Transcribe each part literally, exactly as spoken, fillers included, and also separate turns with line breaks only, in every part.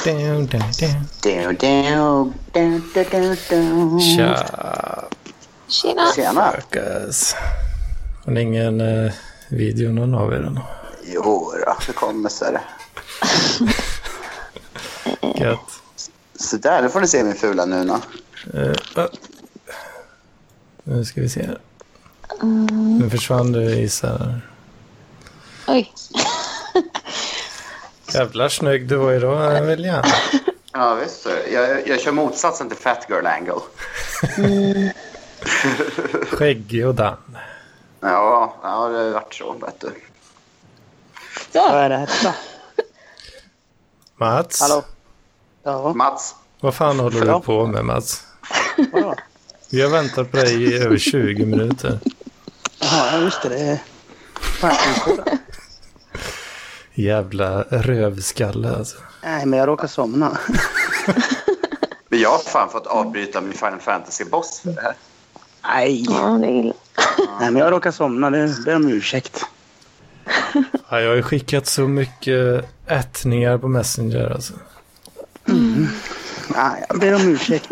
Tja.
Tjena.
Tjena.
Fuckers. Har ni ingen uh, video någon av er?
Jo då, det kommer så här.
Gött.
Så där, nu får ni se min fula Nuna.
Uh, uh. Nu ska vi se här. Mm. Nu försvann du i så här.
Oj.
Jävlar snygg du var idag, väl ja.
Ja visst, jag, jag kör motsatsen till Fat Girl Angle.
Mm.
Skäggig och dan.
Ja, ja, det har varit så, vet du.
Ja.
Vad är det här?
Mats?
Hallå? Ja.
Mats.
Vad fan håller
Ja.
du på med, Mats?
Vadå?
Vi har väntat på dig i över tjugo minuter.
Jaha, just det. Det är fan.
Jävla rövskalle alltså.
Nej, men jag råkar somna.
Men jag har fan fått avbryta min Final Fantasy-boss för det här.
Nej.
Ja, det är illa.
Nej, men jag råkar somna. Det ber om ursäkt.
Ja, jag har ju skickat så mycket ätningar på Messenger alltså.
Mm. Nej, jag ber om ursäkt.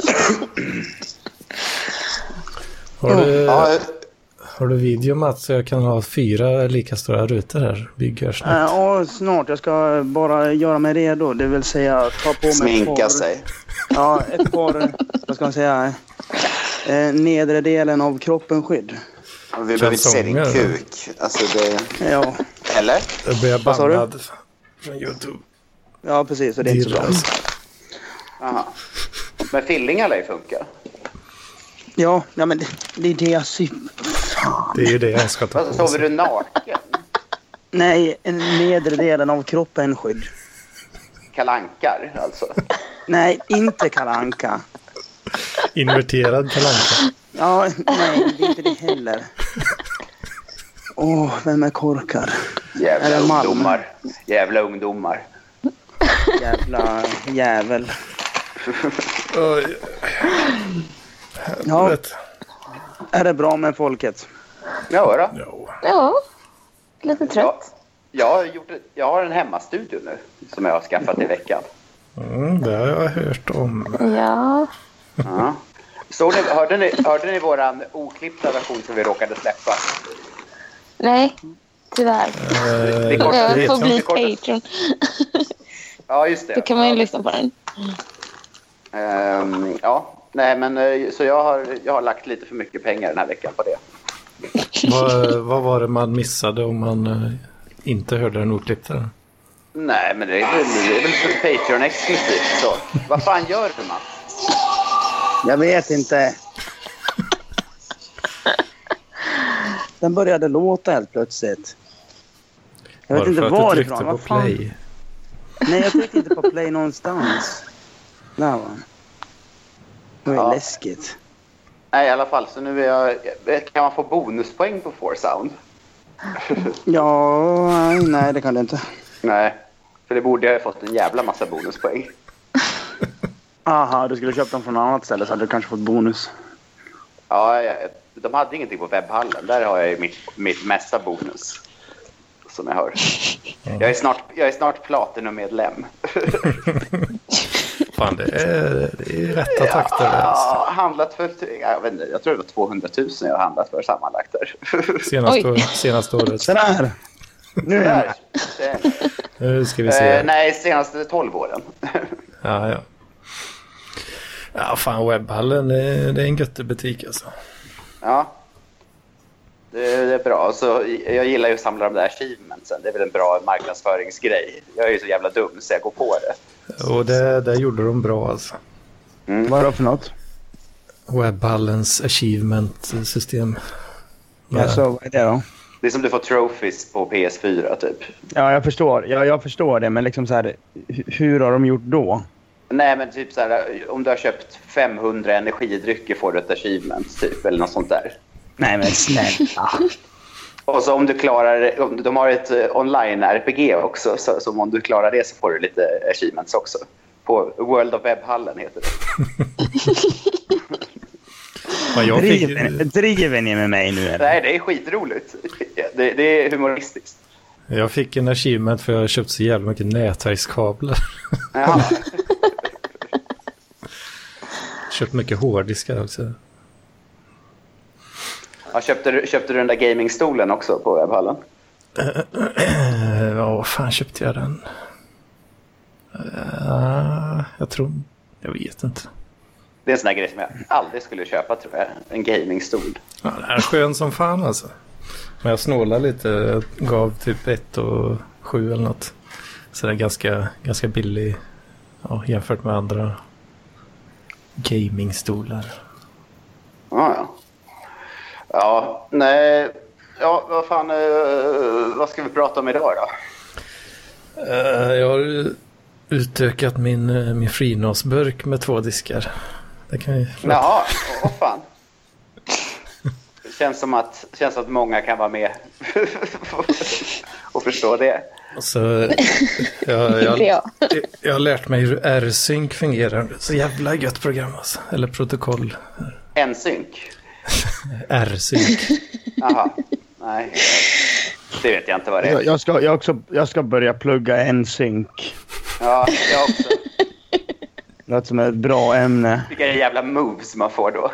Har du,
Ja,
har du video, Mats, så jag kan ha fyra lika stora rutor här? Bygger snabbt.
Ja, snart. Jag ska bara göra mig redo. Det vill säga ta på mig
sminka
ett par,
sig.
Ja, ett par, vad ska man säga, eh, nedre delen av kroppen skydd.
Vi behöver inte se din
Kalsonger,
kuk. Alltså det...
Ja,
Eller?
Jag blir
Vad sa du?
bannad från YouTube.
ja precis. Och det är inte så bra.
Aha. Men fillingar lär ju funka.
Ja, ja men det, det är det jag syftar.
Det är ju det jag ska ta
Alltså,
på
sover du
sig.
naken?
Nej, en nedre delen av kroppen skydd.
Kalankar, alltså.
Nej, inte Kalle Anka.
Inverterad kalanka.
Ja, nej, det är inte det heller. Åh, oh, vem är korkar?
Jävla
Är det Malmö?
ungdomar. Jävla ungdomar.
Jävla jävel.
Oj.
Ja,
Helvete.
är det bra med folket?
Ja, då.
Jo.
Ja, lite
Ja,
trött.
jag, har gjort, jag har en hemmastudio nu som jag har skaffat i veckan.
Mm, det har jag hört om.
Ja.
Ja. Såg ni, hörde, ni, hörde ni våran oklippta version som vi råkade släppa?
Nej, tyvärr.
Eh,
Det går-
Jag
vet
får bli
jag.
Patreon.
Ja, just det.
Då kan man ju
ja.
lyssna på den.
Ehm, ja, nej men eh, så jag har, jag har lagt lite för mycket pengar den här veckan på det.
vad, vad var det man missade om man eh, inte hörde den oklippta?
Nej, men det är väl, det är väl för Patreon exklusivt så. Vad fan gör du, Mats?
Jag vet inte. Den började låta helt plötsligt. Jag vet
Var det
inte
för att du
varifrån.
tryckte på
Vad fan?
play?
Nej, jag tryckte inte på play någonstans. Där var den. Det var
Ja.
läskigt.
Nej, i alla fall. Så nu är jag, kan man få bonuspoäng på four sound?
Ja, nej, nej det kan det inte.
Nej, för det borde jag ha fått en jävla massa bonuspoäng.
Aha, du skulle köpt dem från något annat ställe så hade du kanske fått bonus.
Ja, jag, de hade ingenting på webbhallen. Där har jag ju mitt, mitt mesta bonus. Som jag hör. Jag är snart, jag är snart Platinum-medlem.
Fan, det är, det är rätta takter. det, Alltså.
Ja, handlat för, jag vet inte, jag tror det var tvåhundratusen jag har handlat för sammanlagt där.
Senaste, år- senaste året.
Sådär! Nu är
Där.
det.
Nu ska vi se.
Eh, nej, senaste tolv åren.
Ja, ja. Ja, fan, webbhallen, det är, det är en göttebutik alltså.
Ja. Det, det är bra. Så jag gillar ju att samla de där achievementsen. Det är väl en bra marknadsföringsgrej. Jag är ju så jävla dum så jag går på det.
Och det, det gjorde de bra alltså.
Mm.
Vad är det för något?
Webbhallens achievement-system.
Ja, så vad är det då?
Det är som du får trophies på P S fyra typ.
Ja, jag förstår. Ja, jag förstår det, men liksom så här, hu- hur har de gjort då?
Nej, men typ så här, om du har köpt femhundra energidrycker får du ett achievement typ, eller något sånt där.
Nej, men snälla.
Och så om du klarar, om de har ett eh, online-R P G också, så, så om du klarar det så får du lite achievements också. På World of Webhallen heter det.
Ja, jag fick,
Driver, driver ni med mig nu eller?
Nej, det är skitroligt. Det, det är humoristiskt.
jag fick en achievement för jag har köpt så jävla mycket nätverkskablar.
Ja.
Köpt mycket hårddiskar också.
Ja, köpte, du, köpte du den där gamingstolen också på webbhallen?
Ja, vad fan köpte jag den? Uh, jag tror... Jag vet inte.
Det är en sån där grej som jag aldrig skulle köpa, tror jag. En gamingstol.
Ja, det är skön som fan alltså. Men jag snålade lite. Jag gav typ ett och sju eller något. Så det är ganska, ganska billig, ja, jämfört med andra gamingstolar.
Ja, ja. Ja, nej. Ja, vad fan, eh, vad ska vi prata om idag då?
Uh, jag har utökat min, min FreeNAS-burk med två diskar. Det kan vi...
Jaha, åh fan. Det känns som att, känns som att många kan vara med och förstå det.
Så, jag, jag, jag, jag har lärt mig hur R-sync fungerar. Så jävla gött program alltså. Eller protokoll.
N-sync?
R-sync.
Jaha, nej. Det vet jag inte vad det är.
Jag, jag, ska, jag, också, jag ska börja plugga N-sync.
Ja, jag också.
Det låter som ett bra ämne.
Vilka jävla moves man får då.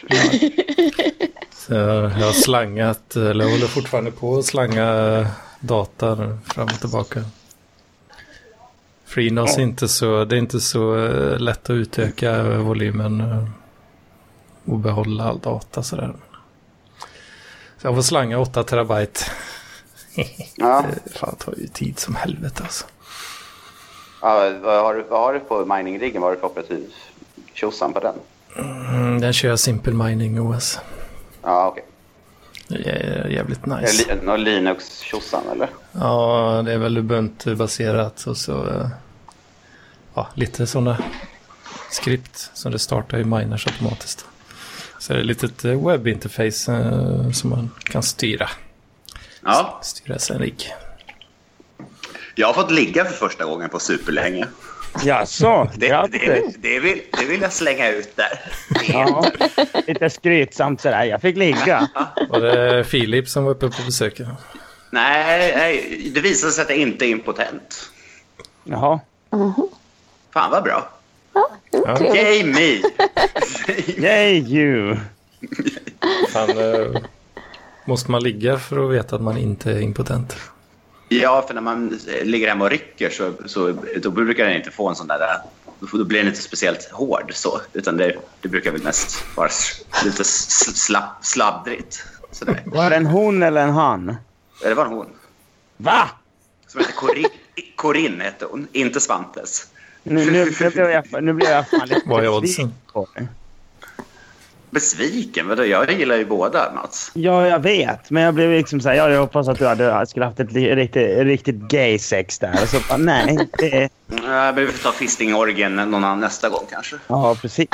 Så jag har slangat, eller jag håller fortfarande på att slanga data fram och tillbaka. FreeNAS är inte så, det är inte så lätt att utöka volymen och behålla all data sådär. Så jag får slanga åtta terabyte.
Ja.
Det fan tar ju tid som helvete alltså.
Ja, vad har du, vad har du på mining-riggen? Vad har du för operativ tjosan på den?
Mm, den kör jag Simple Mining O S.
Ja, okej.
Okay. Det är jävligt nice.
Är det någon Linux-tjosan eller?
Ja, det är väl Ubuntu-baserat och så ja, lite sådana skript som det startar i miners automatiskt. Så det är ett litet webbinterface eh, som man kan styra.
Ja.
Styra sen rig.
Jag har fått ligga för första gången på superlänge.
Jaså?
Det, det, det, det, vill, det vill jag slänga ut där.
Ja, lite skrytsamt sådär. Jag fick ligga.
Var det Filip som var uppe på besök?
Nej, nej, det visade sig att jag inte är impotent.
Jaha.
Mm-hmm.
Fan vad bra.
Ja,
Ja.
Yay me!
Yay you!
Fan, eh, måste man ligga för att veta att man inte är impotent?
Ja, för när man ligger hemma och rycker så, så då brukar den inte få en sån där... Då blir den inte speciellt hård så. Utan det, det brukar väl mest vara lite slapp, sladdrigt. Sådär.
Var det en hon eller en han?
Det var en hon.
Va?
Som hette Corinne, Corinne hette hon. Inte Svantes.
Nu, nu, nu blev jag, nu blev jag fan lite
Vad är oddsen?
på det.
Besviken? Vadå? Jag gillar ju båda, Mats.
Ja, jag vet. Men jag blev liksom så här, ja, jag hoppas att du hade skulle haft ett li- riktigt, riktigt gay sex där. Och så bara, nej, det är...
Jag behöver ta fisting-orgen någon annan nästa gång kanske.
Ja, precis.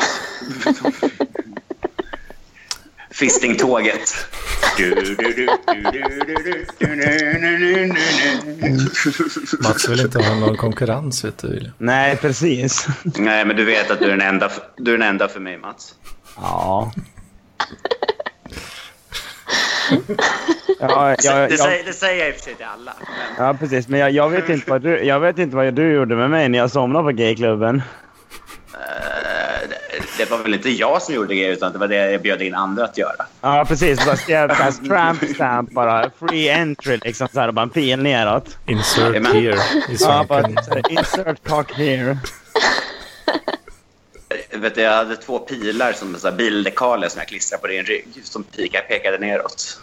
Fisting-tåget.
Mats vill inte ha någon konkurrens, vet du.
Nej, precis.
Nej, men du vet att du är den enda, du är den enda för mig, Mats.
Ja. Ja,
Det,
jag,
det,
jag,
säger, det säger jag i och för sig till alla. Men...
ja, precis. Men jag, jag, vet inte vad du, jag vet inte vad du gjorde med mig när jag somnade på gayklubben.
Uh, det, det var väl inte jag som gjorde det, utan det var det jag bjöd in andra att göra.
Ja, precis. Bara skrev en tramp stamp bara. Free entry, liksom så här. Bara en pil neråt.
Insert
Amen.
here i
Ja, bara
svanken.
så här, insert cock here.
Vet du, jag hade två pilar som så här bildekaler som jag klistrade på din rygg. Som pekade, pekade neråt.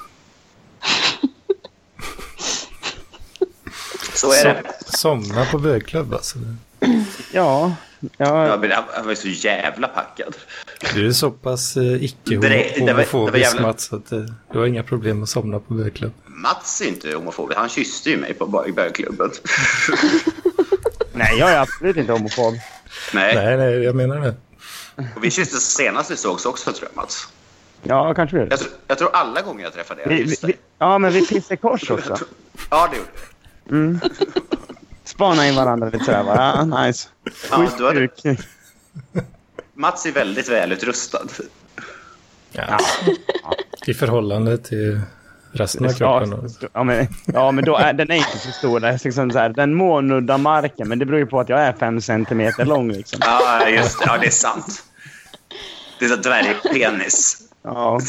Så är det.
Somna på bögklubb alltså.
Ja. Ja,
Jag var ju så jävla packad.
Du är så pass eh,
Det- det var-
icke-homofobisk,
det var jävla-
Mats, så att eh, du har inga problem att somna på bögklubb.
Mats är inte homofobisk. Han kysste ju mig på i bögklubben.
nej, jag är absolut inte homofob.
Nej.
Nej, nej, jag menar det.
Och vi kysstes senast vi sågs också, tror jag, Mats.
Ja, kanske det.
Jag, tr- jag tror alla gånger jag träffade dig
Vi,
jag
vi,
kysste
vi,
dig.
ja, men vi pissade kors också.
Ja, det gjorde vi.
Mm. Spana in varandra lite sådär. Ja, nice.
Ja, du hade,
Sjuk.
Mats är väldigt välutrustad.
Ja. I förhållande till resten av
Ja,
kroppen. Och...
ja, men, ja, men då är, den är inte så stor. Det är liksom så här, den må nudda marken, men det beror ju på att jag är fem centimeter lång. Liksom.
Ja, just det. Ja, det är sant. Det är så dvärgpenis.
Ja.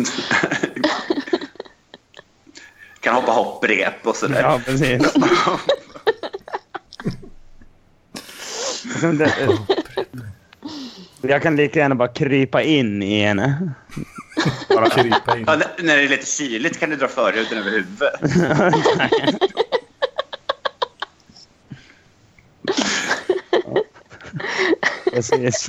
Kan hoppa hopprep och sådär.
Ja, precis. Jag kan lika gärna bara krypa in i henne.
Bara krypa in.
Ja, när det är lite kyligt kan du dra förhuden över huvudet.
Precis.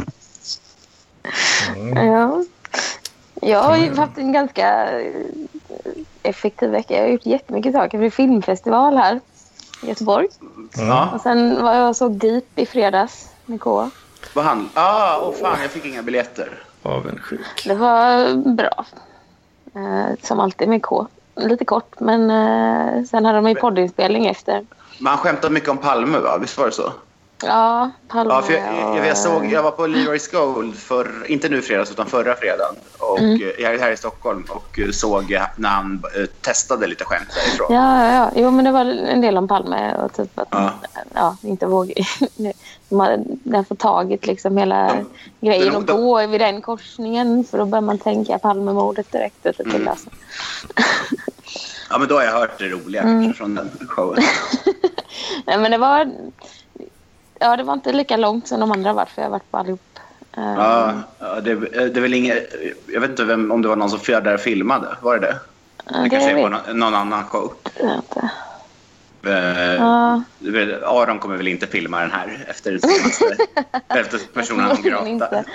Mm.
Ja. Jag har ju haft en ganska effektiv vecka. Jag har gjort jättemycket saker för filmfestival här i Göteborg.
Ja.
Och sen var jag och såg Deep i fredags med K.
Vad han? Ah, åh fan, jag fick inga biljetter.
Avundsjuk.
Det var bra. Eh, som alltid med K. Lite kort, men eh, sen hade de ju poddinspelning efter.
Man skämtar mycket om Palme, va? Visst var det så?
Ja, Palme
Ja, för jag, jag, jag, såg, jag var på Leroy's Gold för, inte nu fredags utan förra fredagen. Och
Mm.
jag är här i Stockholm och såg när han eh, testade lite skämt därifrån.
Ja, ja, ja. Jo, men det var en del om Palme och typ att
Ja.
ja, inte våg. De har, de har fått tagit liksom hela
De-
grejen
de-
och
de-
gå vid den korsningen, för då börjar man tänka Palmemordet direkt ute till
Mm.
alltså.
Ja, men då har jag hört det roliga
Mm.
från den showen.
Nej, men det var ja, det var inte lika långt som de andra varit, för jag har varit på allihop. Eh,
Ja, ja det, det är väl inget, jag vet inte vem, om det var någon som för där filmade. Var det det? Det
det
kanske är på
vet
någon, någon annan show.
jag inte.
Eh,
Ja.
du vet, Aron kommer väl inte filma den här efter det senaste, efter personen han
Förmodligen inte.
grata.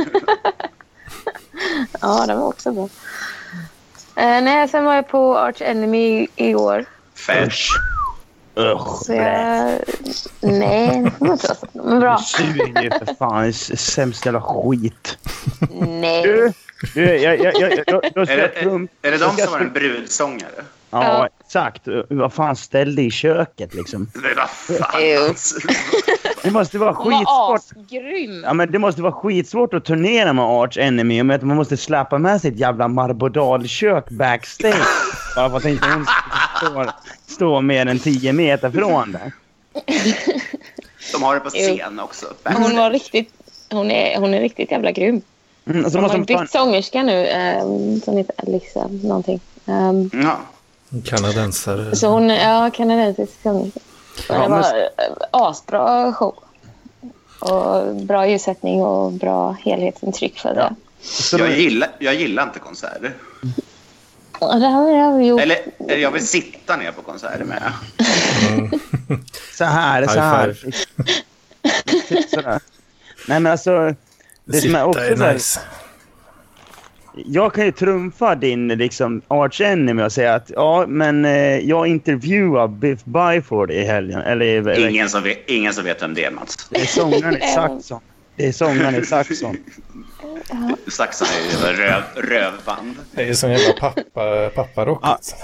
Ja, det var också bra. Eh, nej, sen var jag på Arch Enemy i år.
Fett.
Usch,
Så jag... Nej, det får man inte vara så. Men bra.
suger ju för fan. Det är sämst jävla skit.
Nej.
Du, du jag, jag, jag, jag, jag,
Är det,
jag,
är, är det de som var en brudsångare?
Ja,
Ja.
exakt. Vad fan ställde i köket liksom?
Det var fan.
Jo.
Det måste vara
Hon var
skitsvårt.
asgrym.
Ja, men det måste vara skitsvårt att turnera med Arch Enemy. Med att man måste släppa med sig ett jävla marbodalkök backstage. Bara för att inte hon står, står mer än tio meter från där.
De har det på scen också.
Hon var riktigt... Hon är, hon är riktigt jävla grym.
Mm, och så
De
måste
har
man fan,
bytt sångerska nu, eh, som heter Alicia någonting. Um,
Ja.
Kanadensare.
så hon är ja, kanadensisk sångerska. Men
Ja,
det
men-
var eh, asbra show. Och bra ljussättning och bra helhetsintryck för det.
Ja. så
Jag,
då,
gillar, jag gillar inte konserter.
Och det har jag gjort.
Eller, eller jag vill sitta ner på konserter med.
så här, så
High
här.
five.
Sådär. Nej, men alltså... Det som är
Sitta
också
är
så här,
nice.
jag kan ju trumfa din liksom Arch Enemy och säga att ja, men eh, jag intervjuar Biff Byford i helgen. Eller, eller
Ingen som vet, ingen som vet vem det är, Mats.
det är sångaren i Saxon. Det är sångaren i Saxon.
Saxon är ju röv, rövband.
Det är som jävla pappa, papparock.
Ja.
Alltså.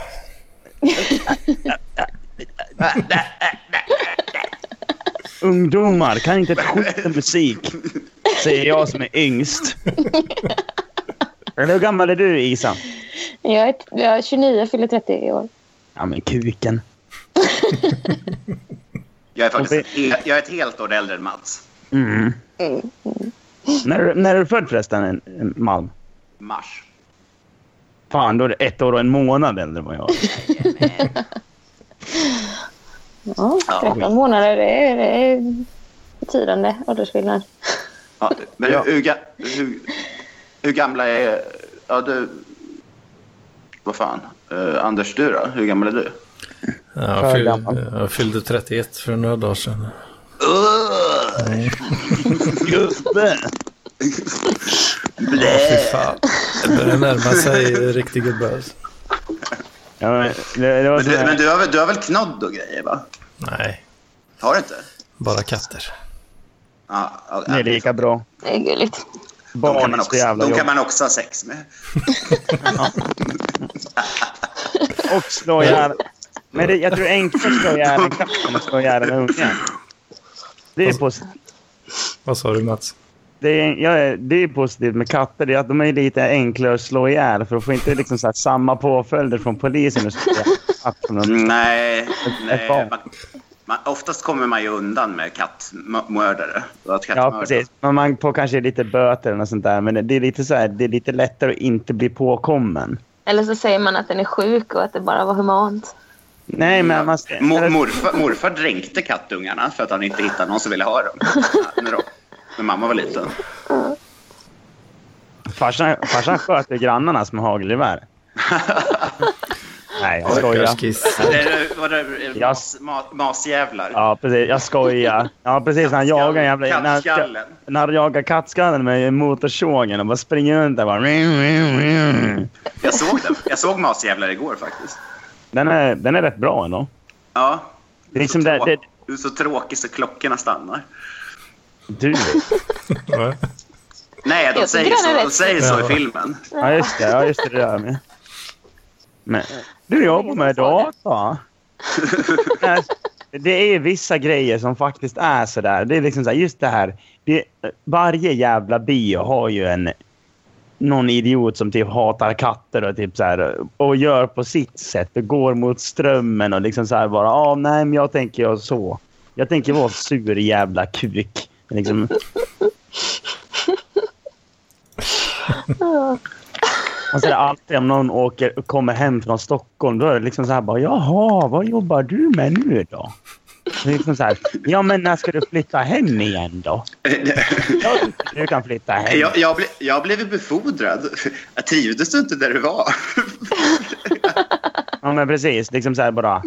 Ungdomar kan inte ett skit om musik, säger jag som är yngst. Eller hur gammal är du, Isa?
Jag är, jag är tjugonio, fyller trettio i år.
Ja, men kuken.
Jag är faktiskt
Och
ett, he- jag är ett helt år äldre än Mats.
Mm.
Mm.
När, när är du född förresten, en, en Malm?
Mars.
Fan, då är det ett år och en månad äldre än vad jag är.
Ja, tretton månader, det är, det är betydande åldersskillnad.
Ja, men
Ja.
hur, hur, ga- hur, hur gamla är... Ja, du... Vad fan? Uh, Anders, du då? Hur gammal är du?
Ja,
För
jag, fyllde,
gammal.
jag fyllde trettioett för några dagar sedan.
Uh,
Gubbe!
Ja, fy fan. Det börjar närma sig riktig gubbe. alltså.
Ja, men det, det var
men
så
du,
här-
men du, har, väl- du har väl knodd och grejer, va?
Nej,
Har du inte?
bara katter.
Ja, ja,
det är lika bra.
Det är gulligt.
De
Barn
kan, man
är så
också,
jävla
de kan
jobb.
man också ha sex med.
Och slå ihjäl. Men det, jag tror enklast att slå ihjäl en katt än att slå ihjäl en unge. Det är positivt.
Vad sa du, Mats?
Det är, ja, det är positivt med katter. Det är att de är lite enklare att slå ihjäl. För de får inte liksom så här samma påföljder från polisen. Och så, att från en,
Nej,
Ett
nej
barn.
man, Man, oftast kommer man ju undan med kattmördare.
Ja, precis. Men man får kanske lite böter eller något sånt där. Men det är lite så här, det är lite lättare att inte bli påkommen.
Eller så säger man att den är sjuk och att det bara var humant.
Nej, men man...
Mor, morfar, morfar dränkte kattungarna för att han inte hittade någon som ville ha dem. När, de, när mamma var liten.
Mm.
Farsan, farsan sköt ju grannarna som hagelgevär. Nej, jag skojar.
Det var det mas, mas, masjävlar.
Ja, precis. Jag skojar. Ja, precis. När han jagar jävla...
Kattskallen.
När han jagar kattskallen med motorsågen och bara springer runt där bara...
Jag såg den. Jag såg masjävlar igår faktiskt.
Den är, den är rätt bra ändå.
Ja.
Det är liksom det, det...
Du är så tråkig så klockorna stannar.
Du vet.
Nej, de säger så, de säger så i filmen.
Ja, just det. Ja, just det. Det där med. Men, du jobbar med data. Det är vissa grejer som faktiskt är så där. Det är liksom så här, just det här. Det, varje jävla bio har ju en någon idiot som typ hatar katter och typ så här, och gör på sitt sätt och går mot strömmen och liksom så här bara, ja ah, nej men jag tänker jag så. Jag tänker vara sur jävla kuk. Liksom. Och så är det alltid om någon åker kommer hem från Stockholm, då är det liksom så här bara, jaha, vad jobbar du med nu då? Det är liksom så här, ja men när ska du flytta hem igen då? Ja, du kan flytta hem.
Jag, jag, ble, jag blev befordrad. Jag trivdes du inte där du var?
Ja men precis, liksom så här bara.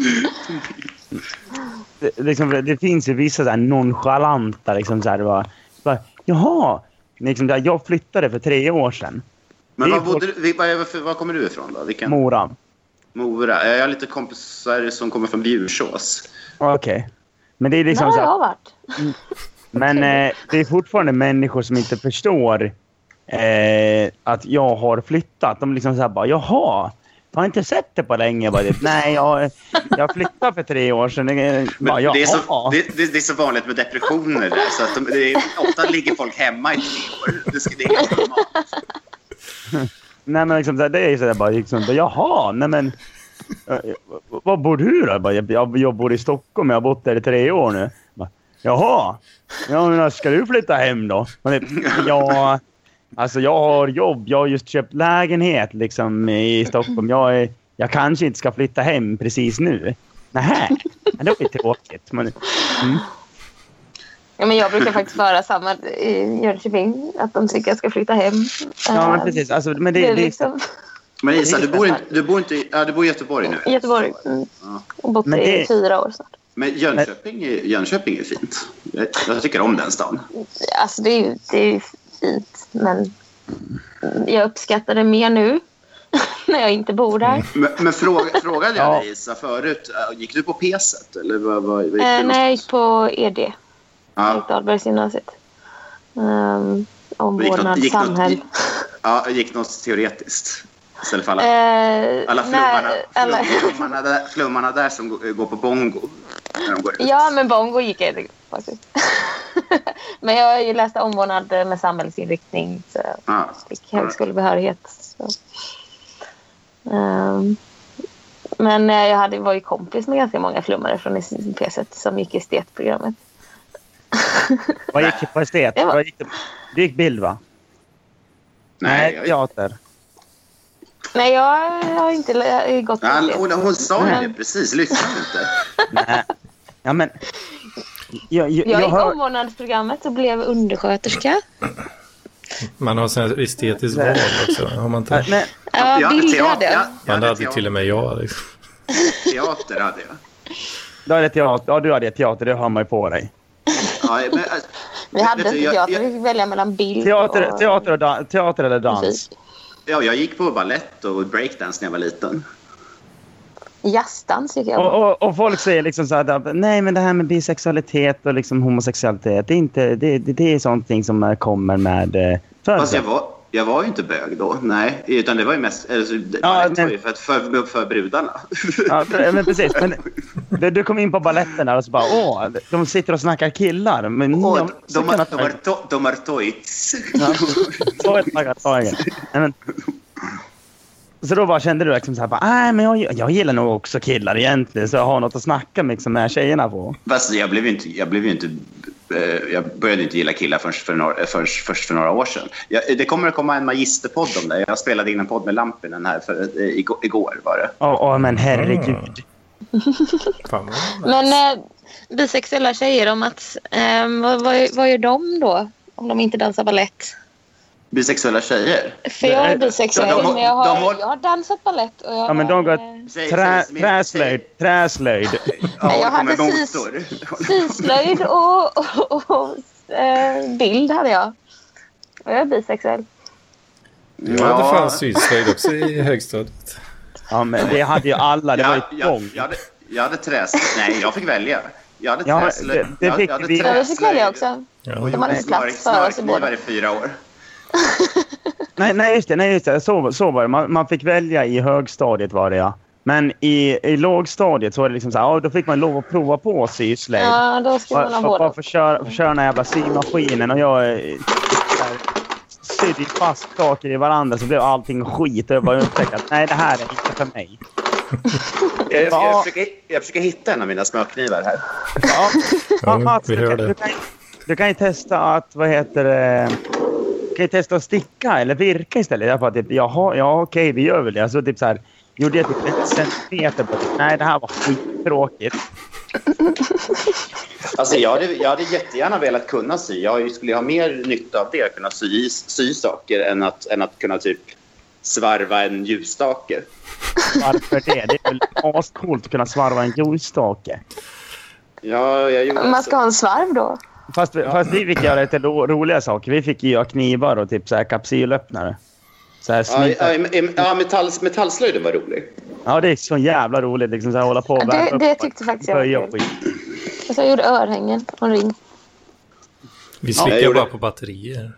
Det, liksom, det finns ju vissa så här nonchalanta liksom så här, bara, bara, jaha, liksom där, jag flyttade för tre år sedan.
Men var, bodde, var, var kommer du ifrån då? Vilken?
Mora.
Mora. Jag har lite kompisar som kommer från Bjursås.
Okej. Okay. Men det är liksom
Nej,
så här,
jag har varit.
Men eh, det är fortfarande människor som inte förstår eh, att jag har flyttat. De liksom så här bara, jaha, jag har inte sett det på länge. Bara, nej, jag, jag flyttade för tre år sedan. Bara,
det, är så, det, det, det är så vanligt med depressioner. Där, så att de, det är, ofta ligger folk hemma i tre år. Det, det är helt normalt.
Nej, men liksom, det är så där bara, liksom, jaha, nej men var bor du då? Bara, jag, jag bor i Stockholm, jag har bott där i tre år nu. Bara, jaha, ja, men ska du flytta hem då? Ja, alltså jag har jobb, jag har just köpt lägenhet liksom i Stockholm. Jag, är, jag kanske inte ska flytta hem precis nu. Nähä, det var lite tråkigt. Men, mm.
Ja, men jag brukar faktiskt föra samma i Jönköping, att de tycker jag ska flytta hem.
Ja, men precis. Alltså, men det,
det är
det,
liksom...
Men Isa, du bor, inte, du bor inte i, ja, du bor i Göteborg nu?
Göteborg. Mm.
Ja.
Och bott
men
det... i fyra år snart.
Men Jönköping är, Jönköping är fint. Jag, jag tycker om den stan.
Alltså det är ju, det är ju fint, men jag uppskattar det mer nu när jag inte bor där.
Men, men fråga, frågade jag dig, Isa, förut, gick du på P S ett? Eller vad, vad, vad gick
eh, nej, jag gick på E D.
Ja.
Gick Dahlbergsgymnasiet. Um, omvårdnad, gick samhäll.
Något, ja, gick något teoretiskt? Istället för alla,
eh,
alla, flummarna,
nej, alla...
flummarna, där, flummarna där som går, går på bongo. När de går ut.
Ja, men bongo gick jag faktiskt. Men jag har ju läst omvårdnad med samhällsinriktning. Så jag
ah,
fick högskolebehörighet. Så. Um, men jag hade, var ju kompis med ganska många flummare från P S ett som gick i estetprogrammet.
Vad gick du på estet?
Var...
Vad gick du... du gick bild, va?
Nej,
Nej, teater.
Nej, jag har inte gått
ja, hon, hon sa ju det precis, lyssna inte.
Nej. Ja, men... Jag, jag,
jag
jag
gick
hör...
omvårdnadsprogrammet och blev undersköterska.
Man har sån estetisk val också, har man inte?
Nej.
Ja,
jag
bild
teater,
hade jag.
jag, jag
hade,
hade
hade till och med jag. Liksom.
Teater hade jag.
Du hade teater, ja, du hade teater, det har man ju på dig.
Ja, men,
vi hade inte
jag,
teater,
jag,
vi fick välja mellan bild
teater,
och...
Teater, och da- teater eller dans?
Musik.
Ja, jag gick på ballett och breakdance när jag var liten.
Jazzdans gick jag
och, och, och folk säger liksom så här, nej men det här med bisexualitet och liksom homosexualitet, det är, inte, det, det, det är sånt som kommer med eh,
Fast jag var, jag var ju inte bög då, nej. Utan det var ju mest, alltså,
ja,
men... var ju för, för, för brudarna.
Ja, men precis. Men du, du kom in på balletten där och så bara, åh, de sitter och snackar killar. Men
oh,
de,
de, de, de, har to, de har tojts.
Ja, så är det snackar tagen. Men, Så då bara kände du liksom så här, bara, nej men jag, jag gillar nog också killar egentligen, så jag har något att snacka med, liksom, med tjejerna på.
Fast jag blev ju inte, jag blev ju inte, jag började inte gilla killar först för några, först, först för några år sedan. Jag, det kommer att komma en magisterpodd om det. Jag spelade in en podd med Lampinen här för, igår, igår var det.
Ja, oh, oh, men herregud.
Fan,
Men eh, bisexuella tjejer, om att, eh, vad, vad, vad gör de då om de inte dansar ballett?
Bisexuella tjejer?
För jag är bisexuell,
de, de,
men jag har,
de, de,
jag har dansat ballett. Och jag
ja, men de går
har,
trä, träslöjd, träslöjd.
Ja,
jag hade
motor.
syslöjd och, och, och, och eh, bild hade jag. Och jag är bisexuell.
Jag hade fan syslöjd också i högstadiet.
Ja, men det hade ju alla. Det
jag,
var ju
jag,
tvång.
jag, hade, jag hade träslöjd. Nej, jag fick välja. Jag hade
Ja,
träslöjd.
det- det fick
jag, jag
vi.
hade
Ja, det fick välja också.
Ja.
De hade inte plats för oss i båda.
i fyra år.
Nej, nej, just det. Nej, just det. Så, så var det. Man, man fick välja i högstadiet var det, ja. Men i, i lågstadiet så var det liksom så här, ja, då fick man lov att prova på syslöjd.
Ja, då skulle man ha
Bara
båda.
för att köra, för köra den här jävla symaskinen, och jag eh, sydde fast saker i varandra, så blev allting skit, och jag bara upptäckte att nej, det här är inte för mig.
Jag, jag, jag, försöker, jag försöker hitta en av mina smörknivar här.
Ja,
Ja,
Mats,
vi
du,
hör
kan,
det.
du, kan, du kan ju testa att, vad heter det, du kan ju testa att sticka eller virka istället. Jag bara typ, jaha, ja okej, vi gör väl det. Alltså typ så här, gjorde jag typ en centimeter på typ, nej det här var skittråkigt.
Alltså jag hade, jag hade jättegärna velat kunna sy. Jag skulle ha mer nytta av det, att kunna sy, sy saker än att, än att kunna typ svarva en ljusstake.
Varför det? Det är väl ascoolt att kunna svarva en ljusstake.
Ja, jag gjorde
Man ska ha en svarv då.
Fast, fast vi fick göra lite ro, roliga saker. Vi fick ju göra knivar och typ så här kapsylöppnare. Så här
Ja,
smita.
ja, ja metall, metallslöjden var rolig.
Ja, det är så jävla roligt liksom så här, hålla på och
Det,
värma upp
det
och
tyckte faktiskt jag var
böja
kul.
skit.
Så jag gjorde örhängen och en ring.
Vi slickar
jag gjorde-
bara på batterier.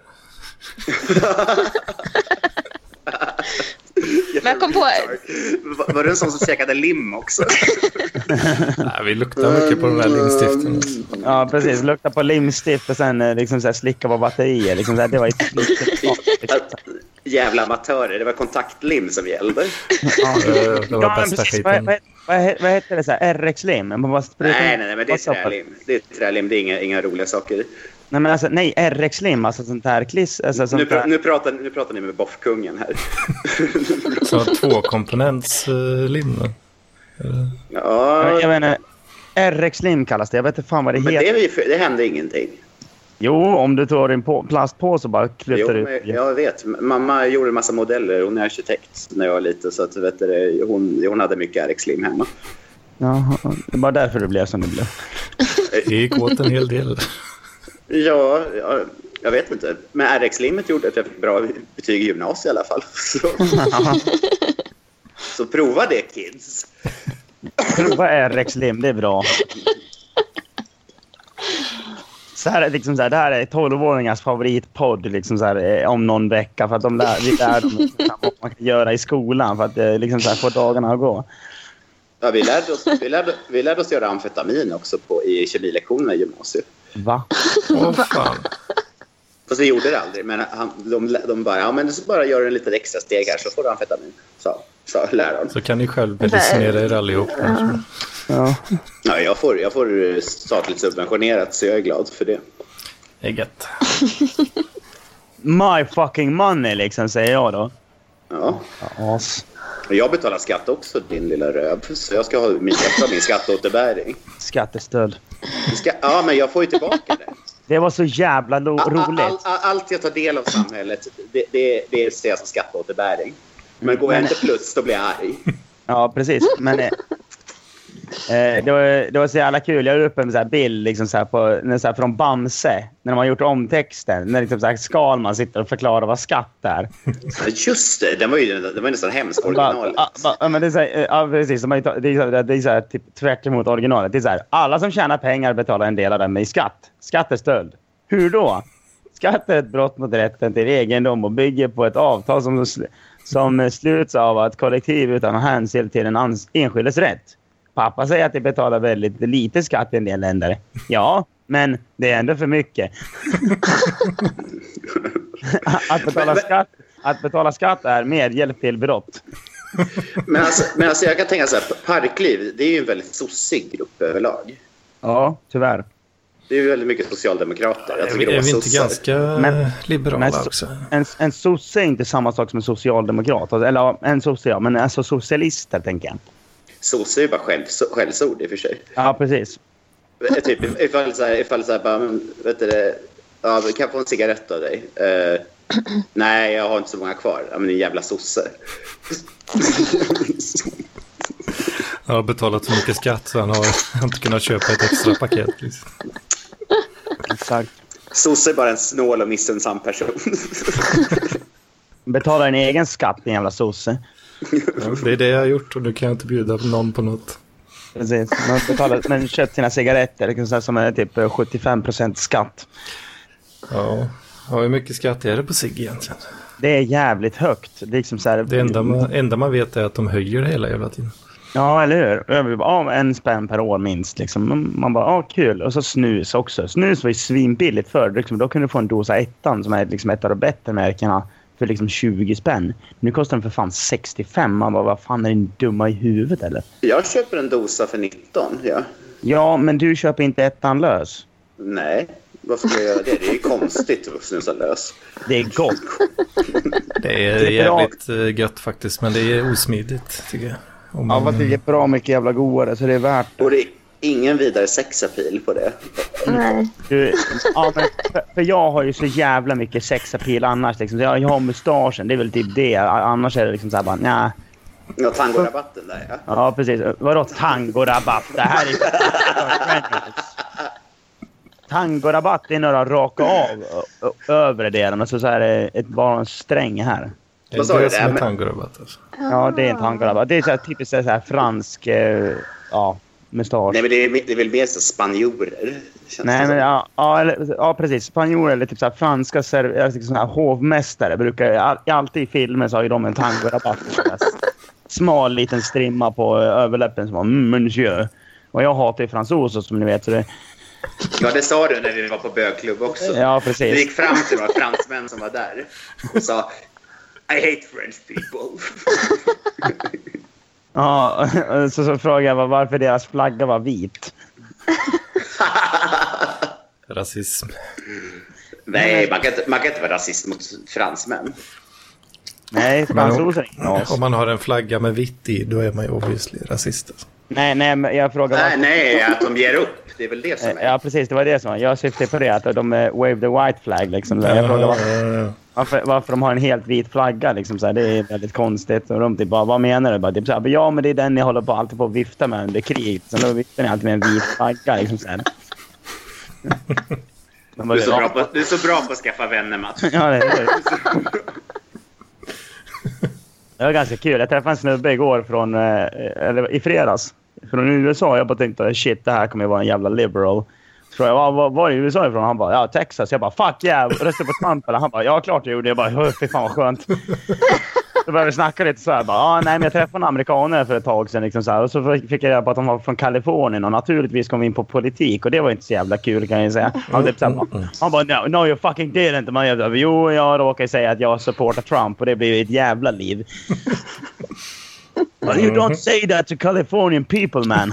Men jag kom på...
Var, var det en sån som käkade lim också?
Nej, vi luktar mycket på de här limstiften.
Ja, precis. Lukta på limstift och sen eh, liksom så här, slicka på batterier. Liksom så här, det var ett litet...
Jävla amatörer, det var kontaktlim som gällde.
Ja,
Det var
ja, men
bästa
precis. Vad,
skiten.
vad, vad, vad heter det? Så här, R X-lim? Man bara sprutar-
Nej, nej, nej, men det är
What's up?
trälim. Det är trälim, det är inga, inga roliga saker.
Nej, men alltså, nej, R X-lim. Alltså sånt här kliss. Alltså,
Nu,
sånt
pr-
där.
nu, pratar, nu pratar ni med boffkungen här.
Så tvåkomponents uh, lim.
Ja,
Jag, jag menar, R X-lim kallas det. Jag vet inte fan vad det
men
heter.
det, är ju- det hände ingenting.
Jo, om du tar en på, plast på så bara
Jo,
klutar du
men
ut.
jag vet. Mamma gjorde en massa modeller. Hon är arkitekt när jag var liten. Så att, vet du, hon, hon hade mycket R X-lim hemma.
Jaha, det är bara därför det blev som det blev.
Det gick åt en hel del.
Ja, ja, jag vet inte. Men R X-limmet gjorde att jag fick bra betyg i gymnasiet i alla fall. Så, så prova det, kids.
Prova R X-lim, det är bra. Så här, liksom så här, det här är tolvåringars favoritpodd liksom så här, eh, om någon vecka. För att de lär, vi lär dem liksom, vad man kan göra i skolan för att eh, liksom så här, få dagarna att gå.
Ja, vi, lärde oss, vi, lärde, vi lärde oss göra amfetamin också på, i kemilektionerna i gymnasiet.
Va?
Åh fan.
Fast vi gjorde det aldrig. Men han, de, de bara, ja men du ska bara göra en liten extra steg här så får du amfetamin. Så, så läraren.
Så kan ni själv medicinera er allihop.
Ja.
Ja, jag får, jag får statligt subventionerat så jag är glad för det.
Det är gött.
My fucking money liksom, säger jag då.
Ja.
As.
Och jag betalar skatt också, din lilla röv. Så jag ska ha min, jag ska ha min skatteåterbäring.
Skattestöld.
Ska, ja, men jag får ju tillbaka det.
Det var så jävla lo-
All,
roligt.
all, all, allt jag tar del av samhället, det, det, det ser jag som skatteåterbäring. Men går jag inte plus, då blir jag arg.
Ja, precis. Men eh, eh, det, var, det var så jävla kul. Jag la upp en så här bild liksom så här på, så här från Bamse. När de har gjort om texten. När liksom så här Skalman sitter och förklarar vad skatt är.
Ja, just det, den var ju, den var ju nästan hemsk, originalet.
Ja, ba, ja, men det är så här, eh, ja, precis. De har ju ta- Det är så här, det är så här typ tvärt emot originalet. Det är så här, alla som tjänar pengar betalar en del av dem i skatt. Skattestöld. Hur då? Skatt är ett brott mot rätten till egendom och bygger på ett avtal som, som sluts av att kollektiv utan hänsyn till den ans- enskildes rätt. Pappa säger att de betalar väldigt lite skatt i en del länder. Ja, men det är ändå för mycket. att, betala skatt, att betala skatt är medhjälp till brott.
Men alltså, men alltså jag kan tänka så här, Parkliv, det är ju en väldigt sossig grupp överlag.
Ja, tyvärr.
Det är ju väldigt mycket socialdemokrater. Jag
är vi, är vi inte ganska men, liberala men, också?
En, en sosse är inte samma sak som en socialdemokrat. Eller en sosse, ja, men alltså socialister, tänker jag.
Sosse är ju bara själv, skällsord i och för sig.
Ja, precis.
Typ, ifall så här, ifall så här bara, vet du det, ja, kan jag få en cigarett av dig? Uh, nej, jag har inte så många kvar. Ja, men det är en jävla sosse.
Han har betalat så mycket skatt så han har inte kunnat köpa ett extra paket. Liksom.
Exakt.
Sosse är bara en snål och missunnsam person.
Betala en egen skatt, en jävla sosse.
Ja, det är det jag har gjort och nu kan jag inte bjuda någon på något.
Precis. Man betalar, men köpt sina cigaretter som är typ sjuttiofem procent skatt.
Ja, och hur mycket skatt är det på sig egentligen?
Det är jävligt högt. Det, är liksom så här,
det enda, man, enda man vet är att de höjer det hela jävla tiden.
Ja, eller hur? Ja, en spänn per år minst. Liksom. Man bara, ja, kul. Och så snus också. Snus var ju svinbilligt förr. Liksom, då kunde du få en dosa ettan som är liksom ett av de bättre märkena för liksom tjugo spänn. Nu kostar den för fan sextiofem. Man bara, vad fan är den dumma i huvudet eller?
Jag köper en dosa för nitton, ja.
Ja, men du köper inte ettan lös.
Nej, varför ska jag göra det? Det är ju konstigt att snusa lös.
Det är gott.
Det är, det är jävligt bra. Gött faktiskt, men det är osmidigt tycker jag.
Om man... Ja, det är bra mycket jävla godare så det är värt det.
Och det är ingen vidare sexapil på det.
Nej.
Du, ja, men för, för jag har ju så jävla mycket sexapil annars. Liksom. Jag, jag har mustaschen, det är väl typ det. Annars är det liksom så här bara, nja.
Ja, tangorabatten där, ja.
Ja, precis. Vadå tangorabatt? Det här är tangorabatt är några raka av övre delen och så, så är det ett, bara en sträng här.
Vad sa du det med tangorabatt alltså?
Ja, det är en tangorabatt. Det är så här typiskt så här fransk ja, mustasch.
Nej, men det är, det är väl mer så spanjorer.
Nej, men ja, ja, eller, ja, precis. Spanjorer eller typ så här franska såna här hovmästare brukar all, alltid i filmer så har ju de en tangorabatt. Smal liten strimma på överläppen som var mm, monsieur. Och jag hatar ju fransoser som ni vet så det.
Ja, det sa du när vi var på bögklubb också.
Ja, precis.
Du gick fram till några fransmän som var där och sa I hate French people.
Ja, så, så frågade jag varför deras flagga var vit.
Rasism.
Nej, man kan, inte, man kan inte vara rasist mot fransmän.
Nej, fransoser
om, om man har en flagga med vitt i, då är man ju obviously rasist.
Nej, nej, men jag frågar
nej, nej, att de ger upp. Det är väl det som är.
Ja, precis, det var det som var. Jag syftade på det, att de wave the white flag liksom. Jag frågar varför, varför, varför de har en helt vit flagga liksom, så här, det är väldigt konstigt. Och de typ bara, vad menar du? Bara, typ, så här, ja, men det är den ni håller på alltid på att vifta med under krig. Så då viftar ni alltid med en vit flagga liksom så här.
Du är, så bra på, du är så bra på att skaffa vänner, Mats.
Ja, det är det. Det var ganska kul. Jag träffade en snubbe igår från, eller i fredags, från U S A. Jag bara tänkte, shit, det här kommer ju vara en jävla liberal. Så frågade jag, var, var är U S A ifrån? Han bara, ja, Texas. Jag bara, fuck yeah, röstade på Trump. Eller han bara, ja, klart jag gjorde. Jag bara, fy fan vad skönt. Så började vi snacka lite så här, bara, ah, nej, men jag träffade en amerikaner för ett tag sedan. Liksom så här. Och så fick jag reda på att de var från Kalifornien. Och naturligtvis kom vi in på politik. Och det var inte så jävla kul, kan jag säga. Han, typ så här, han bara, no, no, you fucking didn't. Man, jag, jo, jag råkar säga att jag supportar Trump. Och det blir ett jävla liv. But you don't say that to Californian people, man.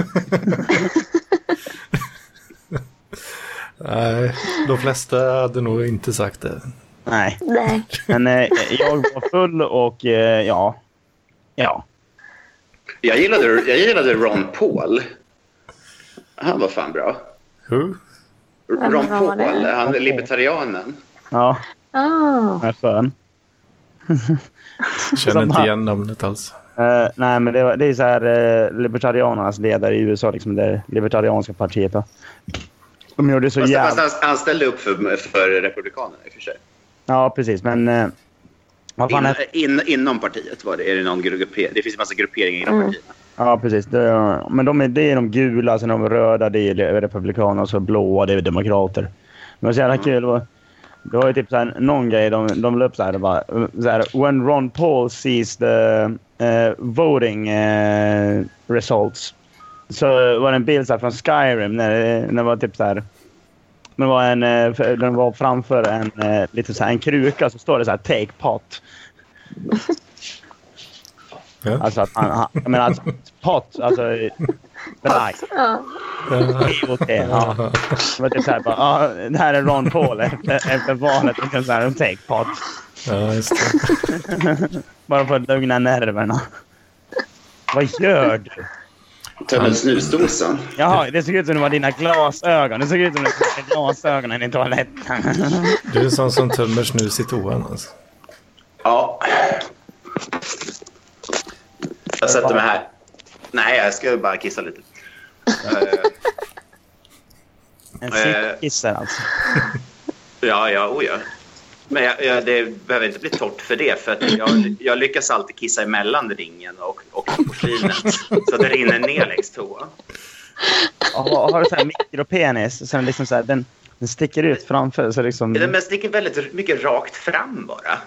Nej, de flesta hade nog inte sagt det.
Nej.
Nej.
Men eh, jag var full och eh, ja. Ja.
Jag gillade, jag gillade Ron Paul. Han var fan bra.
Who?
Ron Paul, han är libertarianen.
Ja.
Ah.
Jag är skön.
Känner inte igen namnet alls.
Uh, nej, men det, var, det är så här uh, libertarianernas ledare i U S A, liksom det libertarianska partiet. Då. De gjorde så
fast,
jävla...
fast han, han ställde upp för, för republikanerna i och för sig.
Ja, precis, men... Uh, vad fan
in,
är...
in, inom partiet var det, är det någon gruppering? Det finns en massa grupperingar inom
Mm.
partierna.
Ja, precis. Det, men de är, det är de gula, sen de röda, det är republikaner, och så blåa, det är demokrater. Det var så jävla kul. Det var, det var ju typ så här, någon grej, de, de la upp så här, det bara, så här, when Ron Paul sees the uh, voting uh, results. Så var det en bild så här, från Skyrim, när, när det var typ så här, det var en, den var framför en, lite så här, en kruka, så står det så här, take pot.
Ja.
Alltså att han, han jag menar alltså pot, alltså black.
Ja.
P O T, ja. Det var typ såhär bara, ja, det här är Ron Paul efter, efter valet. Liksom såhär, de take pot.
Ja, just det.
Bara för att lugna nerverna. Vad gör du?
Ta en snusdosa.
Jaha, det såg ut som det var dina glasögon. Det såg ut som det var glasögonen i toaletten.
Du är sån som tömmer snus i toan alltså.
Ja. Jag sätter mig här. Nej, jag ska bara kissa lite.
En sittkissare alltså.
Ja, ja, oh ja. Men jag, jag, det behöver inte bli torrt för det. För att jag, jag lyckas alltid kissa emellan ringen och, och porslinet. Så det rinner ner längs toan.
Har, har du så här mikropenis? Så liksom så här, den, den sticker ut framför. Så liksom...
Den sticker väldigt mycket rakt fram bara.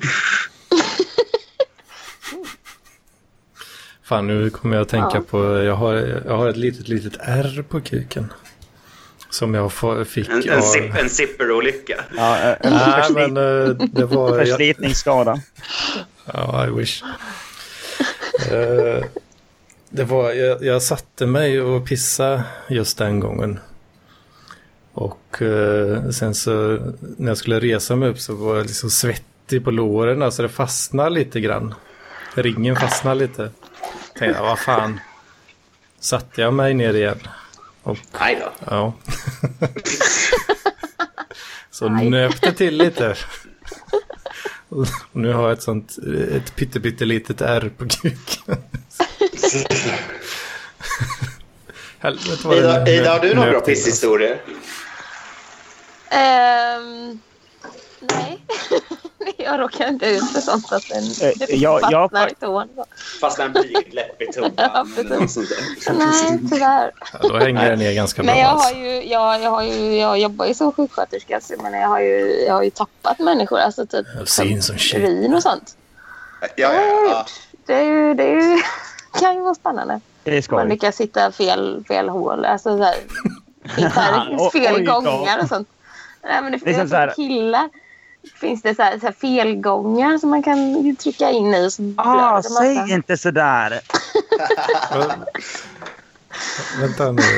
Fan, nu kommer jag att tänka
Ja.
på... Jag har, jag har ett litet, litet R på kuken. Som jag få- fick
En, en,
av...
zip, en zipperolycka.
Ja, en
Nej,
förslit,
men eh, det var... Jag,
förslitningsskada.
ja, I wish. Eh, det var... Jag, jag satte mig och pissade just den gången. Och eh, sen så... När jag skulle resa mig upp så var jag liksom svettig på låren. Så det fastnade lite grann. Ringen fastnade lite. Tänkte jag, vad fan. Satte jag mig ner igen. Och,
Nej då.
ja. Så nöpte till lite. Och nu har jag ett sånt ett pytte, pytte litet R på kuken. Helvete vad
Ida,
det
Ida, har du några bra
nöp till.
pisshistorier?
Ehm, nej. Jag råkar inte ut för sånt att den
Eh, jag- jag-
fastnar i tån.
Fast en blygdläpp i
Ja,
toan.
precis.
eller något sånt där.
Nej, tyvärr.
Ja, då hänger den ner ganska bra.
Men jag
alltså.
har ju, jag, jag har ju, jag jobbar ju som sjuksköterska, så men jag har ju, jag har ju tappat människor, alltså typ
I've seen some shit.
urin och sånt.
Ja, ja, ja.
Det är ju, det är ju, kan ju vara spännande.
Det är
Man
skoj.
lyckas hitta fel, fel hål, alltså så här, det finns fel
Oj då.
gångar och sånt. Nej, men det
Det är
finns
så här-
killar. Finns det så här, så här felgångar som man kan trycka in i och så
Ah,
blöder det massa.
säg inte sådär.
Ja. Vänta nu.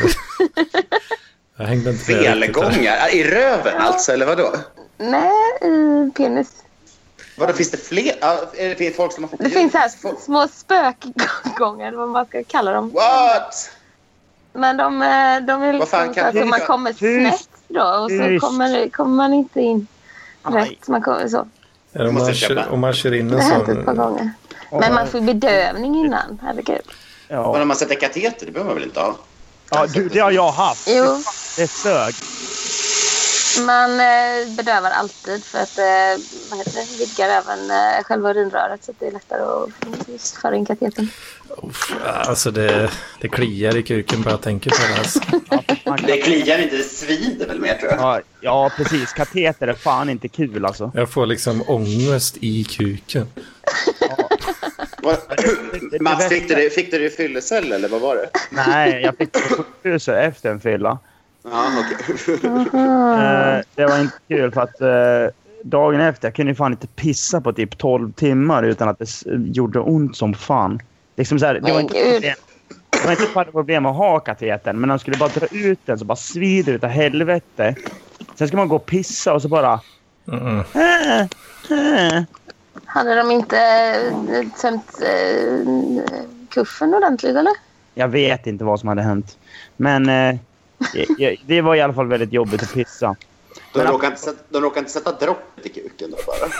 Jag hängde inte med riktigt där.
Felgångar? I röven alltså, eller vadå?
Nej, i penis.
Vadå, finns det fler? Ja, är det folk som har...
Det finns så här små spökgångar, eller vad man ska kalla dem.
What?
Men de, eh, de är
Vad fan
liksom
kan-
så att
hur
man
kan-
kommer
Tyst.
snett då och så
Tyst.
kommer, kommer man inte in
Aj.
rätt. Man kommer så.
Är det om,
Måste
man
köpa.
kör, om man kör in
Det
en
har hänt ett par
sån...
gånger. Men man får bedövning innan, herregud.
Ja,
Men om man sätter kateter, det behöver man väl inte ha?
ja du, det har jag haft.
Jo,
Det sög.
man eh, bedövar alltid för att eh, vad heter det, vidgar även eh, själva urinröret så att det är lättare att föra in katetern.
Uff, alltså det, det kliar i kuken bara jag tänker på det. Alltså.
Man kan-
Det kliar inte, det svider väl mer, tror jag.
Ja, ja, precis. Kateter är fan inte kul alltså.
Jag får liksom ångest i kuken.
Vad-
det
Mats,
värsta-
fick du det, fick du det i fyllecell eller vad var det?
Nej, jag fick det på sjukhuset efter en fylla.
Ja, okej.
Eh, det var inte kul för att eh, dagen efter jag kunde ju fan inte pissa på typ tolv timmar utan att det s- gjorde ont som fan. Liksom så här, det, var
Men
inte
gud.
problem, det var inte bara problem att ha katetern, men de skulle bara dra ut den så bara svider utav helvete. Sen ska man gå och pissa och så bara...
Mm-mm.
Äh, äh.
Hade de inte eh, tömt eh, kuffen ordentligt, eller?
Jag vet inte vad som hade hänt. Men eh, det, det var i alla fall väldigt jobbigt att pissa.
De råkar inte sätta, de råkar inte sätta droppet i kuken då bara.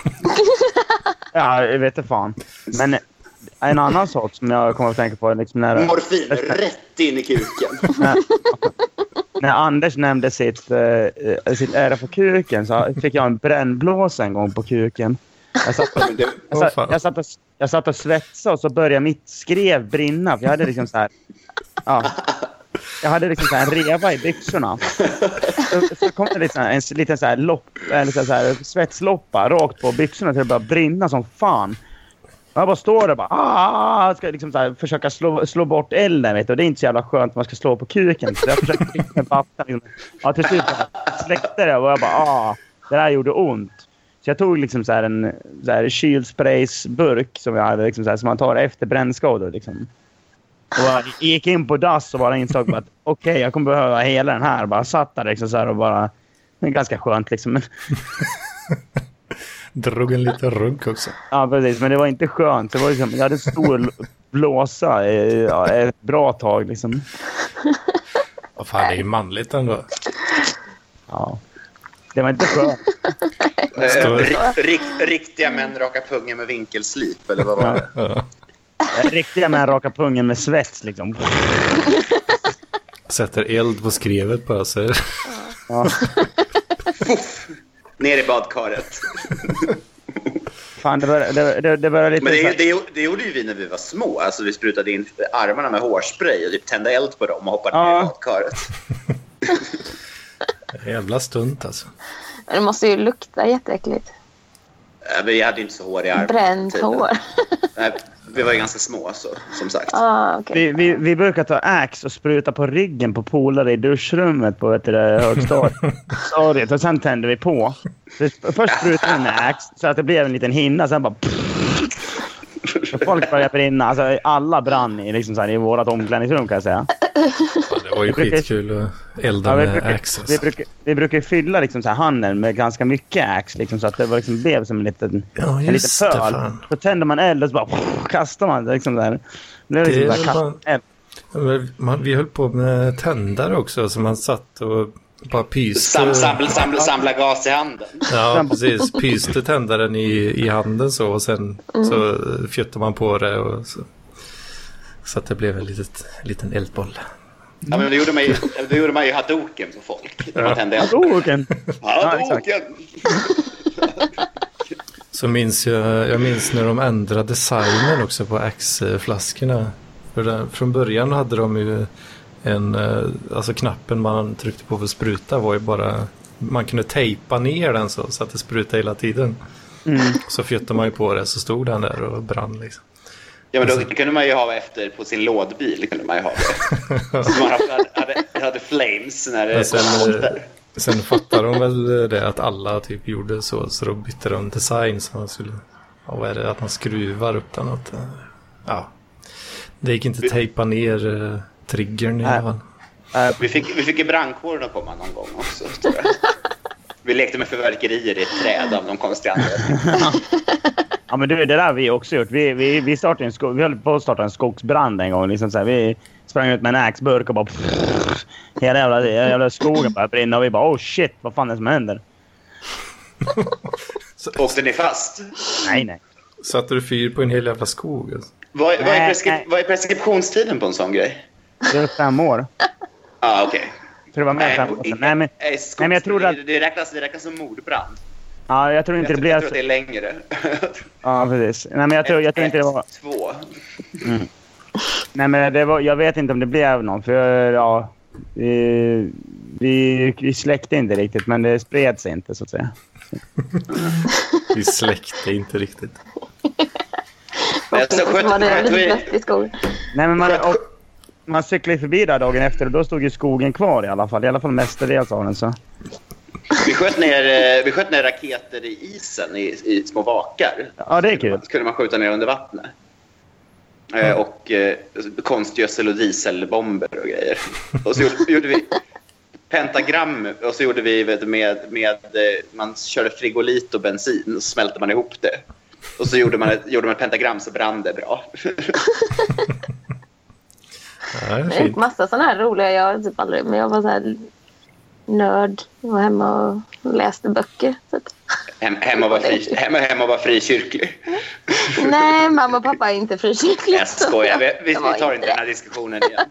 Ja, jag vet inte fan. Men en annan sak som jag kommer att tänka på är liksom när,
Morfin rätt in i kuken.
när, när Anders nämnde sitt, eh, sitt ära på kuken så fick jag en brännblåsa en gång på kuken. Jag satt,
Men det-
jag
Åh,
satt,
fan.
jag satt, och, jag satt och svetsade och så började mitt skrev brinna. För jag hade liksom så här... Ja, jag hade liksom så här en reva i byxorna. Så, så kom det liksom en s- liten så här lopp, eller så här svetsloppa rakt på byxorna så det började brinna som fan. Jag bara står där och bara ah, ska liksom så här försöka slå, slå bort elden, vet du. Och det är inte så jävla skönt att man ska slå på kuken. Så jag försökte trycka med pappan. Ja, till slut bara släckte det och jag bara ah, det där gjorde ont. Så jag tog liksom så här en så här kylspraysburk som jag hade liksom så här, som man tar efter brännskador liksom. Och jag gick in på dass och bara insåg att okej, okay, jag kommer behöva hela den här. Bara satt där liksom så här och bara... Det är ganska skönt liksom. Men...
Drog en liten runk också.
Ja, precis. Men det var inte skönt. Det var liksom, jag hade en stor blåsa i, ja, ett bra tag liksom.
Vad fan, det är ju manligt ändå.
Ja. Det var inte skönt.
Står... Rikt, riktiga män raka pungen med vinkelslip, eller vad var det?
Ja.
Riktiga män raka pungen med svets liksom.
Sätter eld på skrevet bara så.
Ja.
Ner i badkaret.
Fan, det var, det, det, det var lite...
Men det, det, det gjorde ju vi när vi var små. Alltså vi sprutade in armarna med hårspray och typ tände eld på dem och hoppade
ja.
ner i badkaret.
Jävla stund alltså.
Det måste ju lukta jätteäckligt.
Ja, vi hade ju inte så hår i armarna.
Bränt
tiden.
hår.
Nej, vi var ju ganska små, så, som sagt.
Ah, okay.
vi, vi, vi brukar ta ax och spruta på ryggen på polare i duschrummet på ett högstadiet. Och sen tände vi på. Först sprutade vi med ax så att det blev en liten hinna. Sen bara... Och folk började brinna. Alltså, alla brann i, liksom så här, i vårat omklädningsrum kan jag säga.
Ja, det var ju brukar, skitkul att elda
ja,
med
brukar,
ax. Alltså.
Vi brukar, vi brukar fylla liksom, så här, handen med ganska mycket ax. Liksom, så att det var, liksom, blev som en liten,
ja,
en liten pöl. Så tänder man eld och så bara pff, kastar man det. Liksom, där. Det liksom, det där,
man, eld. Man, vi höll på med tändare också. Så man satt och bara pyste.
Sam, samla, samla, samla gas i handen.
Ja, precis. Pyste tändaren i, i handen så. Och sen mm. så fjötte man på det. Och så, så att det blev en litet, liten eldboll.
Ja, men det gjorde man ju, det gjorde man ju hadoken på folk.
Ja.
Man tände
hadoken?
Hadoken!
Så minns jag, jag minns när de ändrade designen också på Axe-flaskorna. För där, från början hade de ju en, alltså knappen man tryckte på för att spruta var ju bara, man kunde tejpa ner den så, så att det sprutade hela tiden. Mm. Så fjötte man ju på det, så stod den där och brann liksom.
Ja, men då alltså, kunde man ju ha efter på sin lådbil, kunde man ju ha det. Så man hade, hade, hade flames när det
sen, där. Sen fattade de väl det att alla typ gjorde så, så då bytte de design så man skulle, ja, vad är det, att man skruvar upp den åt, ja. Det gick inte tejpa ner uh, triggern i alla fall.
Uh, vi fick, vi fick i brandkåren att komma någon gång också, tror jag. Vi lekte med förverkerier i ett träd av de konstiga anledningarna.
Ja, men det, det där har vi också gjort. Vi, vi, vi, startade en sko- vi höll på att starta en skogsbrand en gång. Liksom så här. Vi sprang ut med en axburk och bara... Pff, hela jävla, jävla skogen bara brinna. Och vi bara, oh shit, vad fan är det som händer?
Åkte ni fast?
Nej, nej.
Satte du fyr på en hel jävla skog? Alltså?
Vad, vad, är preskri- vad är preskriptionstiden på en sån grej?
Det är fem år.
Ja, ah, okej. Okay.
För det var med fem år sedan. Nej, men, nej, men jag tror att...
Det räknas, det räknas som mordbrand.
Ja, jag tror inte
jag
det blev...
Jag tror att det är längre.
Ja, precis. Nej, men jag tror, jag tror inte det var...
Två.
Mm. Nej, men det var... Jag vet inte om det blev någon. För, ja... Vi, vi, vi släckte inte riktigt, men det spred sig inte, så att säga.
Vi släckte inte riktigt.
Men så sköt, var det lite blött i skogen?
Nej, men man... Och, man cyklade förbi där dagen efter och då stod ju skogen kvar i alla fall. I alla fall mestadels av den, så...
Vi sköt ner, vi sköt ner raketer i isen i, i små vakar.
Ja, det är kul.
Så kunde man skjuta ner under vattnet. Mm. Och eh, konstgödsel och dieselbomber och grejer. Och så gjorde, gjorde vi pentagram. Och så gjorde vi med, med, med man körde frigolit och bensin och så smälte man ihop det. Och så gjorde man ett, gjorde man ett pentagram så brann det bra.
Ja, det är
fint. Massa sådana här roliga. Jag typ aldrig, men jag var så här nörd. Jag var hemma och läste böcker. Så att...
Hem, hemma, var fri, hemma, hemma var frikyrklig.
Nej, mamma och pappa är inte frikyrkliga.
Jag skojar. Vi, vi, vi tar inte den här diskussionen igen.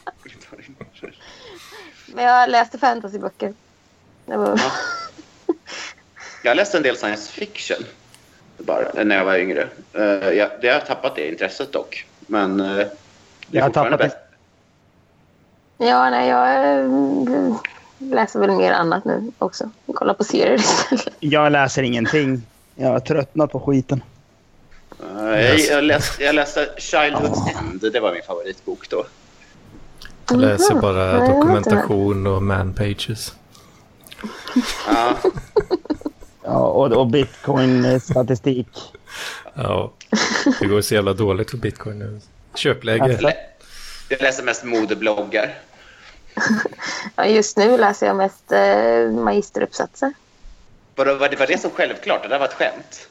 Men jag läste fantasyböcker. Det var...
ja. Jag läste en del science fiction bara, när jag var yngre. Uh, jag, det har tappat det intresset dock. Men uh, det
jag har tappat
bäst.
det.
Ja, nej, jag äh, läser väl mer annat nu också. Jag kollar på serier istället.
Jag läser ingenting. Jag har tröttnat på skiten.
Uh, jag, jag, läste, jag läste Childhood's End. Det var min favoritbok då.
Jag läser bara dokumentation och manpages.
Ja.
Ja, och, och bitcoin-statistik.
Ja, det går så jävla dåligt för bitcoin nu. Köpläge.
Jag läser mest modebloggar.
Ja, just nu läser jag mest eh, magisteruppsatser.
Var det, var det var det som självklart? Det där var ett skämt.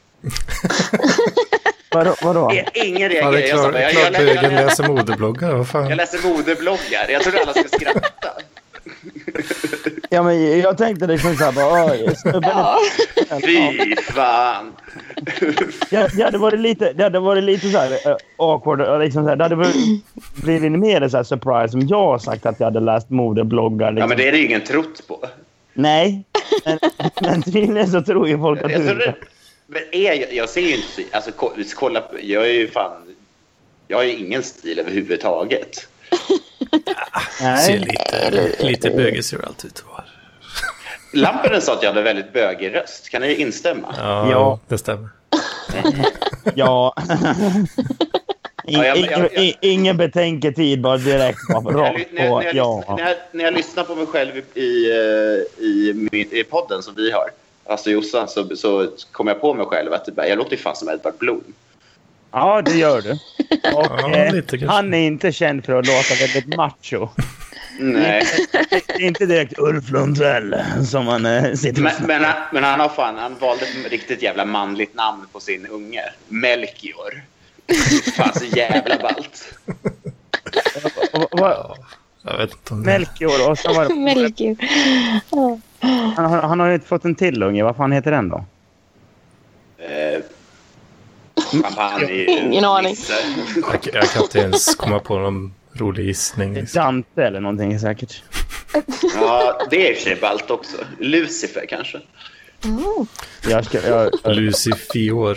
Vadå? vadå?
Ingen
Ja, det
reagerar.
är
Jag, sa
klart,
bara, jag,
klart
jag,
du
jag, jag,
läser modebloggar. Vad fan?
jag läser modebloggar. Jag trodde alla skulle skratta.
Ja, men jag tänkte liksom så här bara... Oj,
Ja.
Fy fan.
Ja, ja, det var lite, det hade varit lite så här uh, awkward och liksom så här, det hade varit, blivit mer så här surprise om jag sagt att jag hade läst modebloggar liksom.
Ja, men det är det ju ingen trott på.
Nej, men, men tydligen så tror ju folk att
Jag,
du
tror det, men är, jag, jag ser ju inte... Alltså, kolla på... Jag är ju fan... Jag har ju ingen stil överhuvudtaget.
Ser lite, lite bögig ser det alltid ut.
Lampen sa att jag hade väldigt bögig röst. Kan ni instämma?
Ja,
Ja.
det stämmer.
Ja. I,
Ja, jag-
ingen,
jag- jag-
i, ingen betänketid, bara direkt bara
När jag,
rakt
när,
på.
när, jag,
Ja.
när, jag, när jag lyssnar på mig själv i, i, i, min- i podden som vi har, alltså Jossan, så, så kom jag på mig själv att det bara, jag låter ju fan som Edvard Blom.
Ja, det gör du. Och
Ja,
eh,
lite kanske.
han är inte känd för att låta väldigt macho.
Nej.
Det är inte direkt Ulf Lundell som man eh, sitter
Men,
och
men, han, men han har fan, han valde ett riktigt jävla manligt namn på sin unge. Melchior. Fan så jävla ballt.
och, och,
Ja, jag vet inte om det...
Melchior och så var det,
Melchior. Ja.
han, har- han har ju inte fått en till unge. Vad fan heter den då?
Eh, champagne.
Ingen aning.
Nisse.
Jag, jag kan inte ens komma på någon rolig gissning. Liksom.
Dante eller någonting säkert.
Ja, det är i och för sig ballt också. Lucifer kanske.
Jag ska, jag, jag,
Lucifer.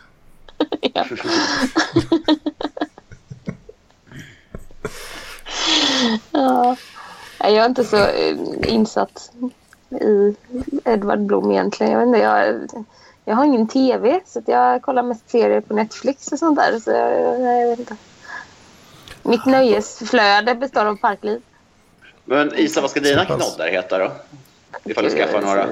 Ja. Nej, jag är inte så eh, insatt i Edvard Blom egentligen. Jag vet inte, jag, jag har ingen tv så att jag kollar mest serier på Netflix och sånt där. Så jag, nej, jag vet inte. Mitt nöjesflöde består av parkliv.
Men Isa, vad ska dina
Så pass.
knoddar heta då? Ifall du skaffar några.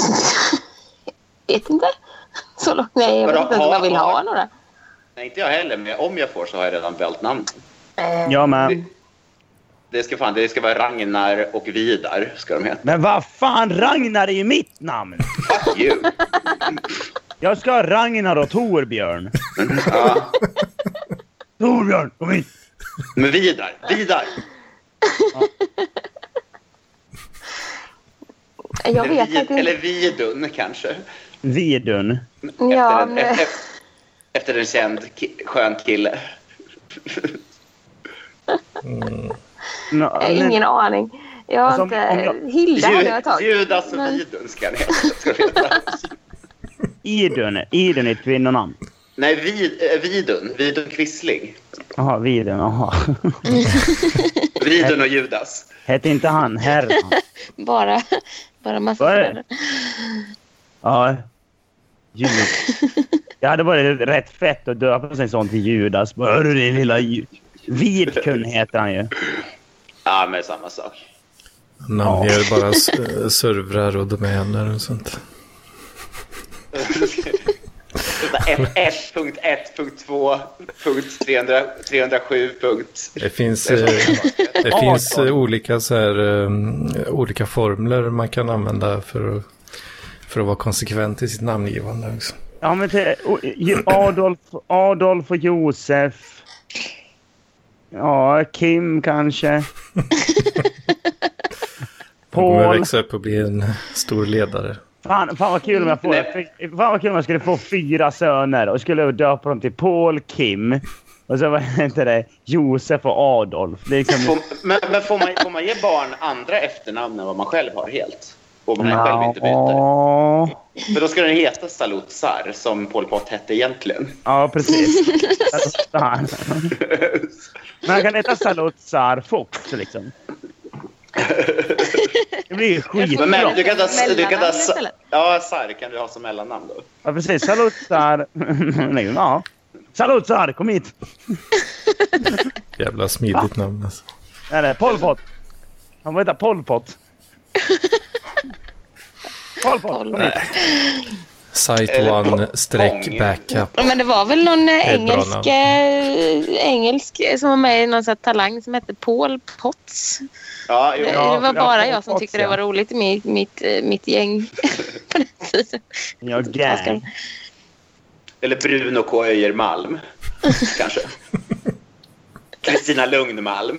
Vet inte. Så långt, nej, jag vet
Vadå,
inte ens om jag vill
ha-
ha
ha-
några.
Nej, inte jag heller, men om jag får så har jag redan vält namn.
Eh,
ja, men,
Det ska, fan, det ska vara Ragnar och Vidar, ska de heta.
men vad fan, Ragnar är ju mitt namn.
Fuck you!
Jag ska ha Ragnar och Torbjörn.
Ja.
Torbjörn, kom hit.
Men Vidar, Vidar!
jag
eller,
vet
vid,
inte.
eller Vidun kanske.
Vidun.
Ja,
efter, en,
men-
efter, efter en känd ki- skön kille.
No,
Eh, Ingen aning. Jag har
Alltså, om-
inte...
om jag-
Hilda hade jag
Ju,
tagit.
Judas och
Men-
Vidun ska han heta. Ska de heta.
Idun. Idun är ett kvinnonamn.
Nej, vid, äh, Vidun. Vidun Quisling.
Jaha, Vidun. Jaha.
Vidun och Judas.
Hette inte han Herman?
Bara, bara massa
Vad är det?
föräldrar.
Ja. Judas. Det hade varit rätt fett att döpa sig sånt till Judas. Bara, hörru din lilla Ju- Vidkun heter han ju.
Ja, men samma sak.
Namnger bara s- servrar och domäner och sånt.
ett punkt ett punkt två punkt trehundrasju.
Det finns, eh, det finns eh, olika, så här, um, olika formler man kan använda för att, för att vara konsekvent i sitt namngivande också.
Ja, men till, o- Ju- Adolf, Adolf och Josef. Ja, Kim kanske.
Man kommer
Paul.
växa upp och bli en stor ledare.
Fan, fan vad kul om jag får, fan vad kul om jag skulle få fyra söner och skulle döpa dem till Paul, Kim och så var det inte det Josef och Adolf. Det är liksom,
Får, men men får, man, får man ge barn andra efternamn än vad man själv har helt? Om man själv inte byter?
ja,
För då ska den heta Salutsar, som Pol Pot hette egentligen.
ja, precis. Men han kan heta Salutsar Fox liksom. Det blir ju skitbra.
Men, men du kan ta... Du kan ta
Mellannamn istället.
ja, Sar kan du ha som mellannamn då.
Ja, precis. Salutsar. Nej, ja. Salutsar, kom hit.
Jävla smidigt namn alltså.
Nej, nej, Pol Pot. Han får heta Pol Pot. Paul, Paul.
Paul.
Site one streck backup.
Men det var väl någon
är ett bra
engelsk,
namn.
eh, engelsk som var med i någon sån här talang som hette Paul Potts.
Ja, jo,
Det,
ja.
det var
ja,
bara
Paul
jag som
Potts,
tyckte det
ja.
var roligt i mitt, mitt, eh, mitt gäng på den tiden.
Ja, gang.
Eller Bruno K. Öjermalm, kanske. Kristina Lugnmalm.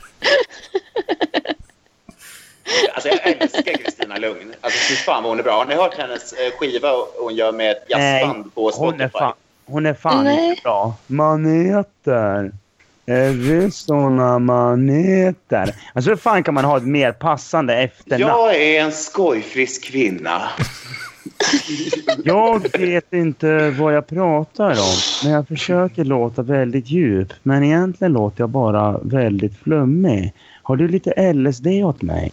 Alltså jag älskar Kristina Lugn. Alltså fy fan vad hon är bra. Har ni hört hennes eh, skiva hon gör med ett jazzband på Spotify?
Hon är fan, hon är fan
Nej.
inte bra. Maneter. Är det såna maneter? Alltså hur fan kan man ha ett mer passande efternamn?
Jag är en skojfrisk kvinna.
Jag vet inte vad jag pratar om, men jag försöker låta väldigt djup. Men egentligen låter jag bara väldigt flummig. Har du lite L S D åt mig?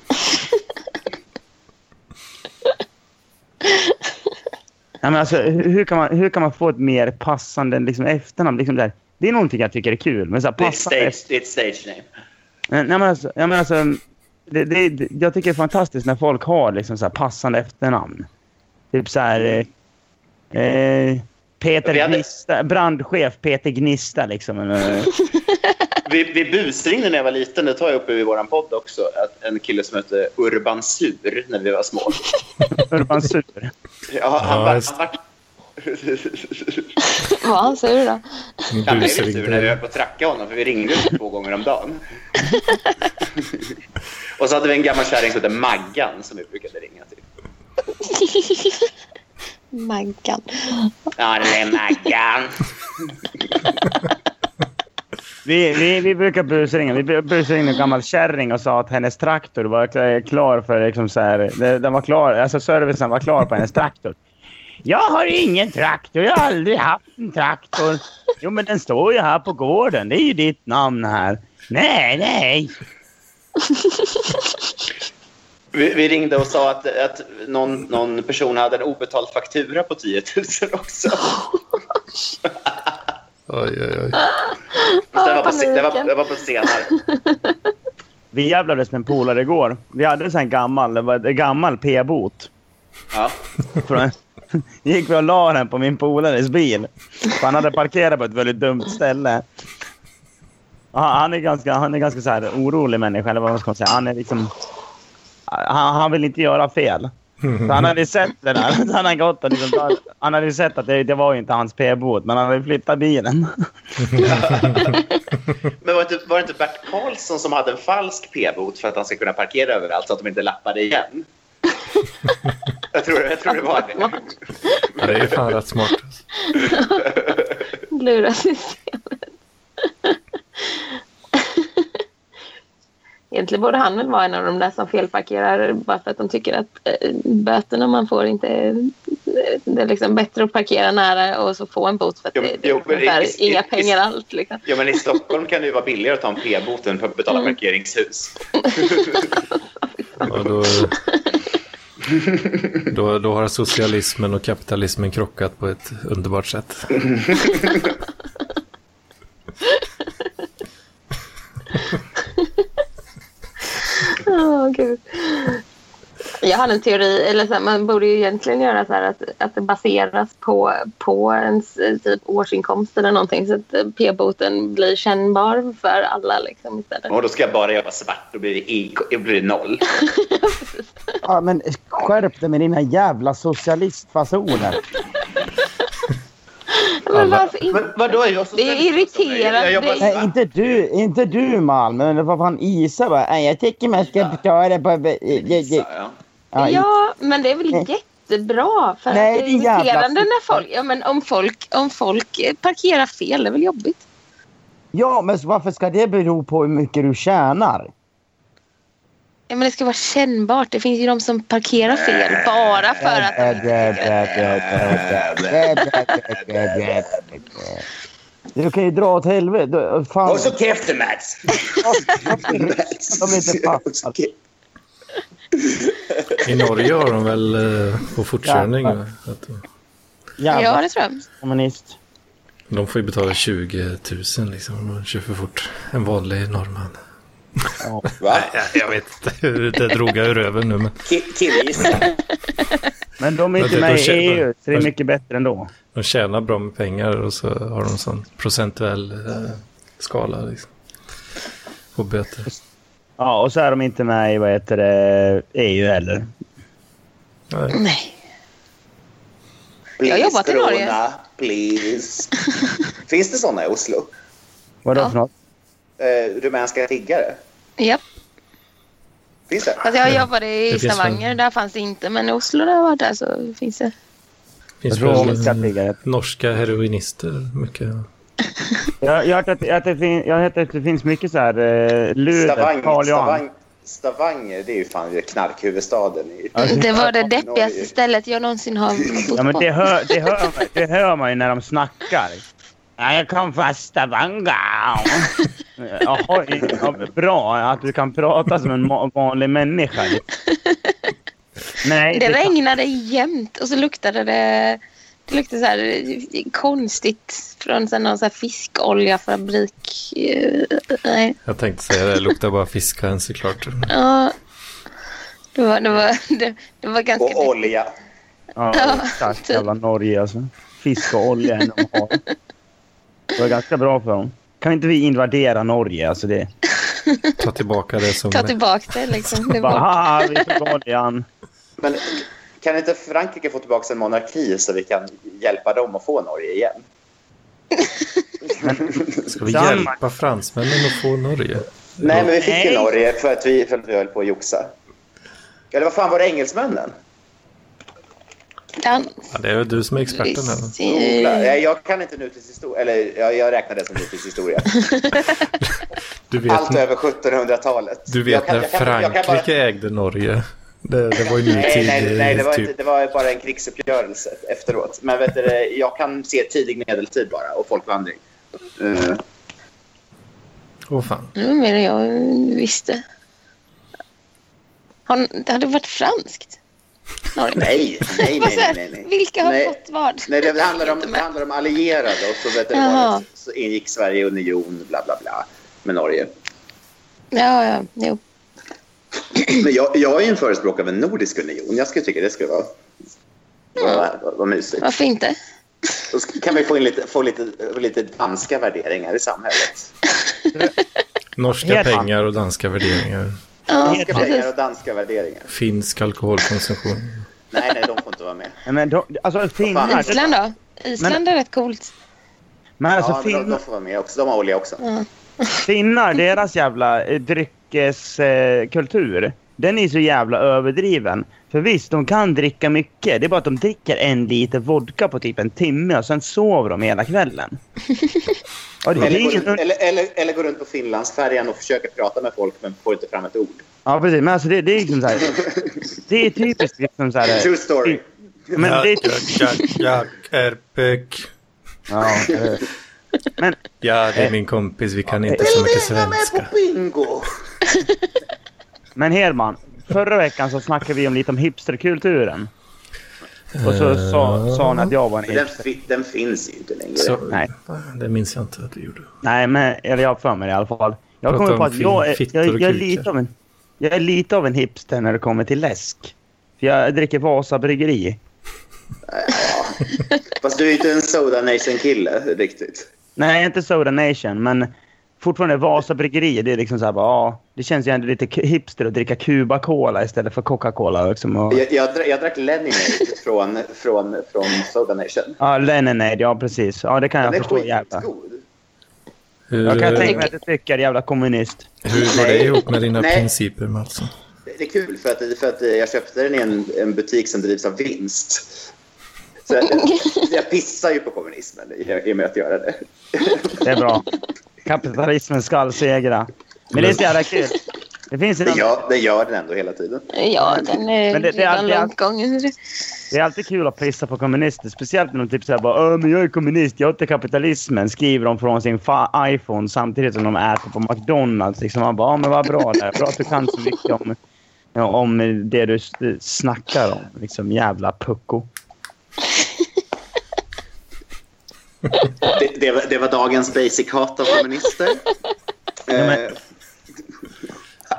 Ja, men alltså, hur, hur, kan man, hur kan man få ett mer passande liksom, efternamn? Liksom där? Det är någonting jag tycker är kul. Men så här,
Det är
passande
stage, det är ett stage name.
Nej, men alltså, jag, men alltså, det, det, det, jag tycker det är fantastiskt när folk har liksom så här passande efternamn. Typ så här... Eh, eh, Peter
Vi hade-
Gnista, brandchef Peter Gnista liksom. Eh,
Vi, vi busringde när jag var liten, det tar jag upp i våran podd också, att en kille som hette Urban Sur när vi var små.
Urban Sur.
Ja, han
Ja,
var...
just-
Han var
Var han sur då?
Han blev lite sur när vi
Busringde.
höll på att tracka honom, för vi ringde två gånger om dagen. Och så hade vi en gammal kärring som hette Maggan som vi brukade ringa till.
Maggan.
Ja, det är Maggan.
Vi, vi, vi brukar busringa. Vi bu- busringade en gammal kärring och sa att hennes traktor var klar- klar för liksom så här, det- den var klar, alltså servicen var klar på hennes traktor. Jag har ingen traktor, jag har aldrig haft en traktor. Jo, men den står ju här på gården, det är ju ditt namn här. Nej, nej.
Vi, vi ringde och sa att, att någon, någon person hade en obetald faktura på tio tusen också.
Oj, oj, oj.
Fast det var på, se- det var,
paniken.
det var på senare.
Vi jävlades med en polare igår. Vi hade en sån här gammal, det var en gammal P-bot.
Ja.
Från- gick vi och la den på min polares bil. För han hade parkerat på ett väldigt dumt ställe. Och Han han är ganska, han är ganska så här orolig människa, eller vad man ska säga. Han är liksom... Han, han vill inte göra fel. Så han hade sett det där. Så han, hade gått och liksom, han hade sett att det, det var ju inte hans P-bot, men han hade flyttat bilen.
Men var det, inte, var det inte Bert Karlsson som hade en falsk p-bot för att han ska kunna parkera överallt så att de inte lappade igen? Jag tror, jag tror det var det.
Ja, det är ju fan rätt smart.
Lura systemet. Egentligen borde han väl vara en av de där som felparkerar bara för att de tycker att eh, böterna man får inte eh, det är liksom bättre att parkera nära och så få en bot för att
Jo,
det, det
jo, men
är ungefär
i- i-
inga
i-
pengar allt liksom.
Ja, men i Stockholm kan det ju vara billigare att ta en p-bot än att betala parkeringshus.
Ja, då, då, då har socialismen och kapitalismen krockat på ett underbart sätt.
Åh, gud. Jag har en teori, eller så här, man borde ju egentligen göra så här att, att det baseras på, på ens eh, typ årsinkomst eller någonting så att eh, p-boten blir kännbar för alla liksom istället.
Och då ska jag bara jobba svart, då blir det, i, då blir det noll.
Ja, men skärp dig med dina jävla socialistfasoner.
Men varför inte?
Men vadå är jag så
Det är irriterande.
Jag jobbar
Det är-
Nej,
svart.
inte du, inte du Malmö, men vad fan Isa bara. Nej, jag tycker man ska betala på...
Ja, ja.
Ja,
Ja, men det är väl
Nej.
jättebra för
Nej,
att det är
din jävla
irriterande
fitta.
när folk, ja, men om folk, om folk eh, parkerar fel, det är väl jobbigt.
ja, men varför ska det bero på hur mycket du tjänar?
Ja, men det ska vara kännbart. Det finns ju de som parkerar fel bara för att de
Du kan ju dra åt helvete. Du- Fan.
Och så käften, Mats!
De är inte fast.
I Norge har de väl eh, på fortkörning.
Ja.
va? Att
Ja,
Jävla
det tror jag.
kommunist.
de får ju betala tjugo tusen liksom, om de kör för fort. En vanlig norrman.
Ja.
Va?
Nej, jag vet inte hur det drog jag ur röven nu. Men,
Killgissa.
Men de är
Men
inte
det-
med
de
i
tjänar-
E U, så det är
de-
mycket bättre ändå.
de tjänar bra med pengar och så har de sån procentuell eh, skala liksom. På böter.
Ja, och så är de inte med i, vad heter det, E U heller.
Nej.
Nej. Jag har jobbat i Norge.
Corona, please. Finns det såna i Oslo?
Vad är det
Ja.
för något?
Eh, rumänska tiggare?
Japp.
Finns det?
Fast jag jobbade i
Det finns
Stavanger,
väl-
där fanns det inte. Men i Oslo där jag var där så finns det.
Finns
Romska
väl
tiggare.
eh, norska heroinister mycket.
Jag, jag, har hört att, att det fin, jag har hört att det finns mycket så här uh, luder,
Stavanger,
Carl Johan.
Stavanger, Stavanger, det är ju fan knarkhuvudstaden i...
Det var det deppigaste
Norge.
stället jag någonsin har bott
Ja, men
på.
det hör, det, hör man, det hör man ju när de snackar. Ja, jag kom från Stavanger. Jaha, ja, bra att du kan prata som en ma- vanlig människa. Nej,
Det
det kan,
regnade jämt och så luktade det... Det luktade så här konstigt från så här någon så här fiskoljafabrik. Eh, Nej.
Jag tänkte säga det, luktar bara fiskaren såklart.
Ja. Det var, det var, det, det var ganska...
Och olja.
ja, exakt, jävla Norge alltså. Fisk och olja än de har. Det var ganska bra för dem. Kan inte vi invadera Norge? Alltså det...
Ta tillbaka det som...
Ta tillbaka det liksom. Det
Bara,
var...
haha, vi tog oljan.
Men kan inte Frankrike få tillbaka en monarki så vi kan hjälpa dem att få Norge igen?
Ska vi
Samma.
hjälpa fransmännen att få Norge?
Nej, men vi fick ju
Nej.
Norge för att vi, för att vi höll på att joxa. Eller vad fan var det, engelsmännen?
Dans.
Ja, det är väl du som är experten här.
Nej, jag kan inte nutidshistoria. Eller jag, jag räknar det som nutidshistoria.
Du vet,
Allt över sjuttonhundratalet.
du vet
Jag kan-
när
jag kan- jag kan
Frankrike
bara-
ägde Norge. Det, det var ju nutid.
Nej, nej, nej det, var
typ.
inte, det var bara en krigsuppgörelse efteråt. Men vet du, jag kan se tidig medeltid bara och folkvandring. Uh,
Åh fan.
Det var mer än jag visste. Har, det hade varit franskt. Norge.
nej, nej,
Vad så
nej,
här,
nej, nej.
Vilka har
Nej.
fått vad?
Nej, det handlar om, det handlar om allierade och så, vet du,
Jaha.
var det, så ingick Sverige i union, bla bla bla, med Norge.
Ja, ja, jo.
Men jag, jag är ju en förespråkare av en nordisk union. Jag skulle tycka det skulle vara, vara, vara, vara mysigt.
Varför inte?
Då kan vi få in lite, få lite, lite danska värderingar i samhället.
Norska
Helt
pengar och danska värderingar.
Ja,
Danska
precis.
pengar och danska värderingar.
Finsk alkoholkonsumtion.
Nej, nej, de får inte vara med.
Nej, men de, alltså finnar...
Island då? Island är rätt coolt.
Men alltså
Ja, men de,
finnar...
de får vara med också. De har olja också.
Ja.
Finnar, deras jävla eh, dryckeskultur, eh, den är så jävla överdriven. För visst, de kan dricka mycket. Det är bara att de dricker en liter vodka på typ en timme och sen sover de hela kvällen. Och det är
Eller, går,
ingen...
runt- eller, eller, eller går runt på Finlandsfärjan och försöker prata med folk men får inte fram ett ord.
Ja, precis. Men alltså det, det är liksom så här... Det är typiskt liksom så här...
True story.
Men det är...
jag, jag är pöck.
Ja, eh, men
Ja, det är min kompis. Vi kan inte så mycket
Vill du med
svenska.
på bingo?
Men Herman, förra veckan så snackade vi om lite om hipsterkulturen. Och så sa, sa han att jag var en
Men Den,
hipster.
fi- den finns ju inte längre.
Så,
Nej.
det minns jag inte att du gjorde.
Nej, men eller jag har för mig det i alla fall. Jag
Prata
kommer på
om
att jag är,
fittor
jag,
och
jag, är
kukar.
lite av en, jag är lite av en hipster när det kommer till läsk. För jag dricker Vasa bryggeri.
Ja. Fast du är ju inte en Soda Nation-kille riktigt.
Nej, inte Soda Nation, men fortfarande Vasa bryggeri. Det är liksom så här bara, ja, det känns ju ändå lite k- hipster att dricka Cuba Cola istället för Coca-Cola. Liksom. Och,
Jag, jag, drack, jag drack Leninade från, från, från Soda Nation.
ja, Leninade, ja precis. Ja, det kan jag
Den är
förstå jävla.
skitgod.
Hur,
Jag kan
eh,
tänka mig att du tycker jävla kommunist.
hur går det
Nej.
ihop med dina
Nej.
principer, Mats?
Det är kul för att, för att jag köpte den i en, en butik som drivs av vinst. Så jag, jag pissar ju på kommunismen i, i och med att göra det.
Det är bra. Kapitalismen ska segra. Men det är så jävla kul. Det finns en
Det gör, det gör den ändå hela tiden.
Ja, den är
Men det- det är
redan
alltid-
långt gången.
Det är alltid kul att pissa på kommunister. Speciellt när de typ säger bara Åh, men jag är kommunist, jag hatar kapitalismen. Skriver de från sin fa- iPhone samtidigt som de äter på McDonalds. Liksom man bara, ja men vad bra det är. Bra att du kan så mycket om, ja, om det du s- snackar om. Liksom jävla pucko.
Det, det, var, det var dagens basic hat av kommunister. Eh,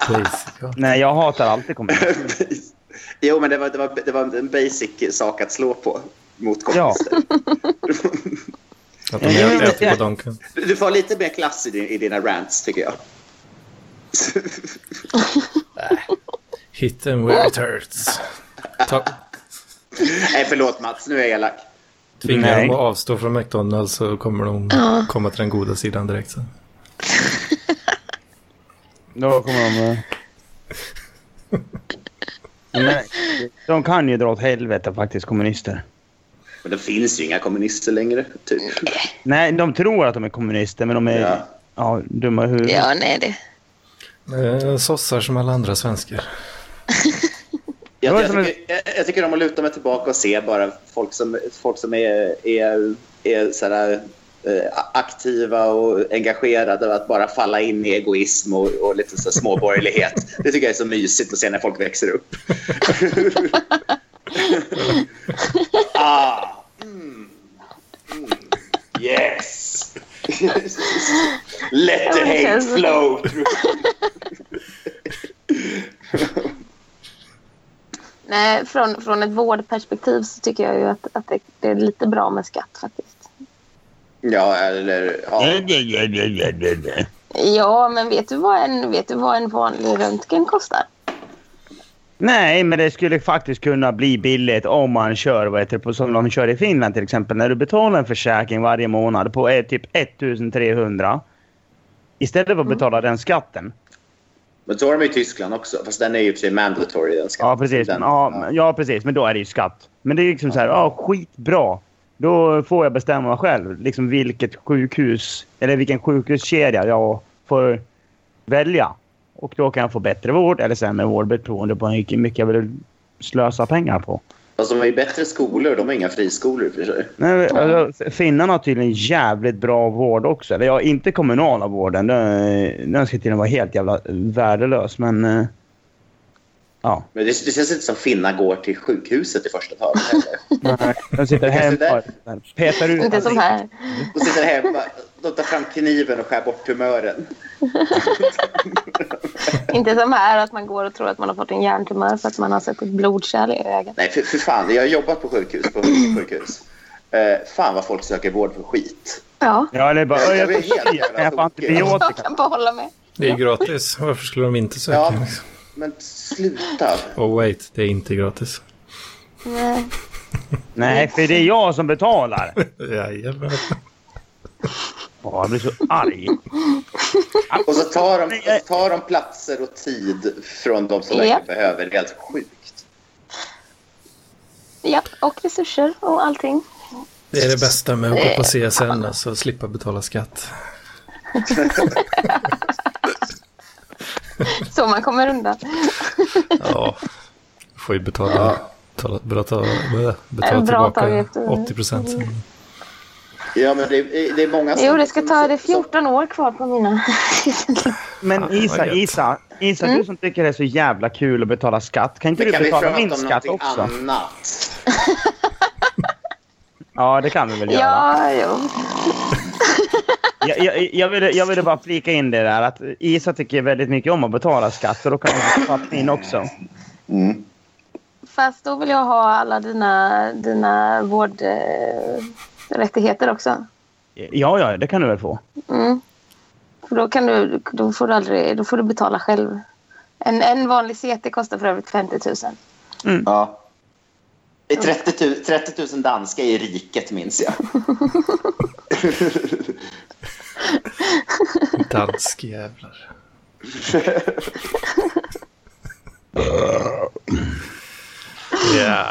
Basic, ja.
Nej, jag hatar alltid kommunister.
Jo, men det var, det, var, det var en basic sak att slå på mot kommunister.
Att de är äter på donken.
Du, du får lite mer klass i, din, i dina rants, tycker jag.
Hit them where it hurts. Ta-
Nej, förlåt Mats, nu är jag elak.
Tvingar
Nej.
dem att avstå från McDonalds så kommer de
Ja.
komma till den goda sidan direkt. Så.
Då kommer de... eh, Men, de kan ju dra åt helvete faktiskt, kommunister.
Men det finns ju inga kommunister längre, typ.
Nej, de tror att de är kommunister, men de är
Ja.
ja, dumma i huvudet.
Ja, nej det.
Eh, Sossar som alla andra svenskar.
Jag,
Det var
jag,
som
tycker, jag, jag tycker om att luta mig tillbaka och se bara folk som, folk som är, är, är sådär, eh, aktiva och engagerade och att bara falla in i egoism och, och lite så småborgerlighet. Det tycker jag är så mysigt att se när folk växer upp. ah, mm, mm, yes! Let the hate flow through.
Nej, från, från ett vårdperspektiv så tycker jag ju att, att det, det är lite bra med skatt faktiskt.
Ja, eller... Ja.
Ja, men vet du vad en, vet du vad en vanlig röntgen kostar?
Nej, men det skulle faktiskt kunna bli billigt om man kör, vad heter det, på, som de kör i Finland till exempel. När du betalar en försäkring varje månad på eh, typ ettusentrehundra. Istället för att betala den skatten.
Men så har de i Tyskland också. Fast den är ju för sig mandatory. Den skatten.
Ja, precis.
Den,
ja,
ja.
ja, precis. Men då är det ju skatt. Men det är liksom så här, ja, skitbra. Då får jag bestämma själv liksom vilket sjukhus, eller vilken sjukhuskedja jag får välja. Och då kan jag få bättre vård eller sämre vård beroende på hur mycket jag vill slösa pengar på.
Fast de har ju bättre skolor. De har inga friskolor för sig.
Nej, alltså, finnarna har tydligen jävligt bra vård också. Eller ja, inte kommunala vården. Den, den ska tydligen vara helt jävla värdelös. Men eh, ja.
Men det, det känns inte som finna går till sjukhuset i första taget heller.
Nej, de sitter hemma och petar ut.
Inte som här.
Och sitter hemma. De tar fram kniven och skär bort tumören.
Inte som här att man går och tror att man har fått en hjärntumör för att man har sett ett blodkärl i ögat.
Nej, för, för fan. Jag har jobbat på sjukhus. På sjukhus. Uh, fan vad folk söker vård för skit.
Ja,
Ja, det är bara,
Jag
jag,
blir
jag,
helt
jag,
jävla
jag får
tokig.
jag
antibiotika.
kan bara hålla med.
Det är gratis. Varför skulle de inte söka?
Ja, men sluta.
Oh wait, det är inte gratis.
Nej.
Nej, för det är jag som betalar.
Jajamän.
Åh, jag blir så arg.
Och så tar de, och så tar de platser och tid från de som
Ja.
verkligen behöver. Det är helt sjukt.
Ja, och resurser och allting.
Det är det bästa med att gå på C S N, alltså slippa betala skatt.
Så man kommer undan.
Ja, får ju betala, betala, betala, betala
En bra
tillbaka
tag efter-
åttio procent.
Ja, men det, är- det är många som...
Jo, det ska
som-
ta det
som-
fjorton år kvar på mina.
Men
Fan,
Isa,
vad gött.
Isa, Isa du som tycker det är så jävla kul att betala skatt. Kan inte
Men
du
kan vi
betala
prata
min
om
skatt
någonting
också?
annat?
Ja, det kan vi väl göra.
Ja, jo.
Jag, jag, jag, ville, jag ville bara flika in det där att Isa tycker väldigt mycket om att betala skatt. Så då kan du betala min också.
Mm.
Fast då vill jag ha alla dina, dina vårdrättigheter också.
Ja, ja, det kan du väl få.
Mm. För då, kan du, då, får du aldrig, då får du betala själv. En, en vanlig C T kostar för övrigt femtio tusen.
Ja. Det är trettio tusen danska i riket, minns jag.
Dansk jävlar. Ja.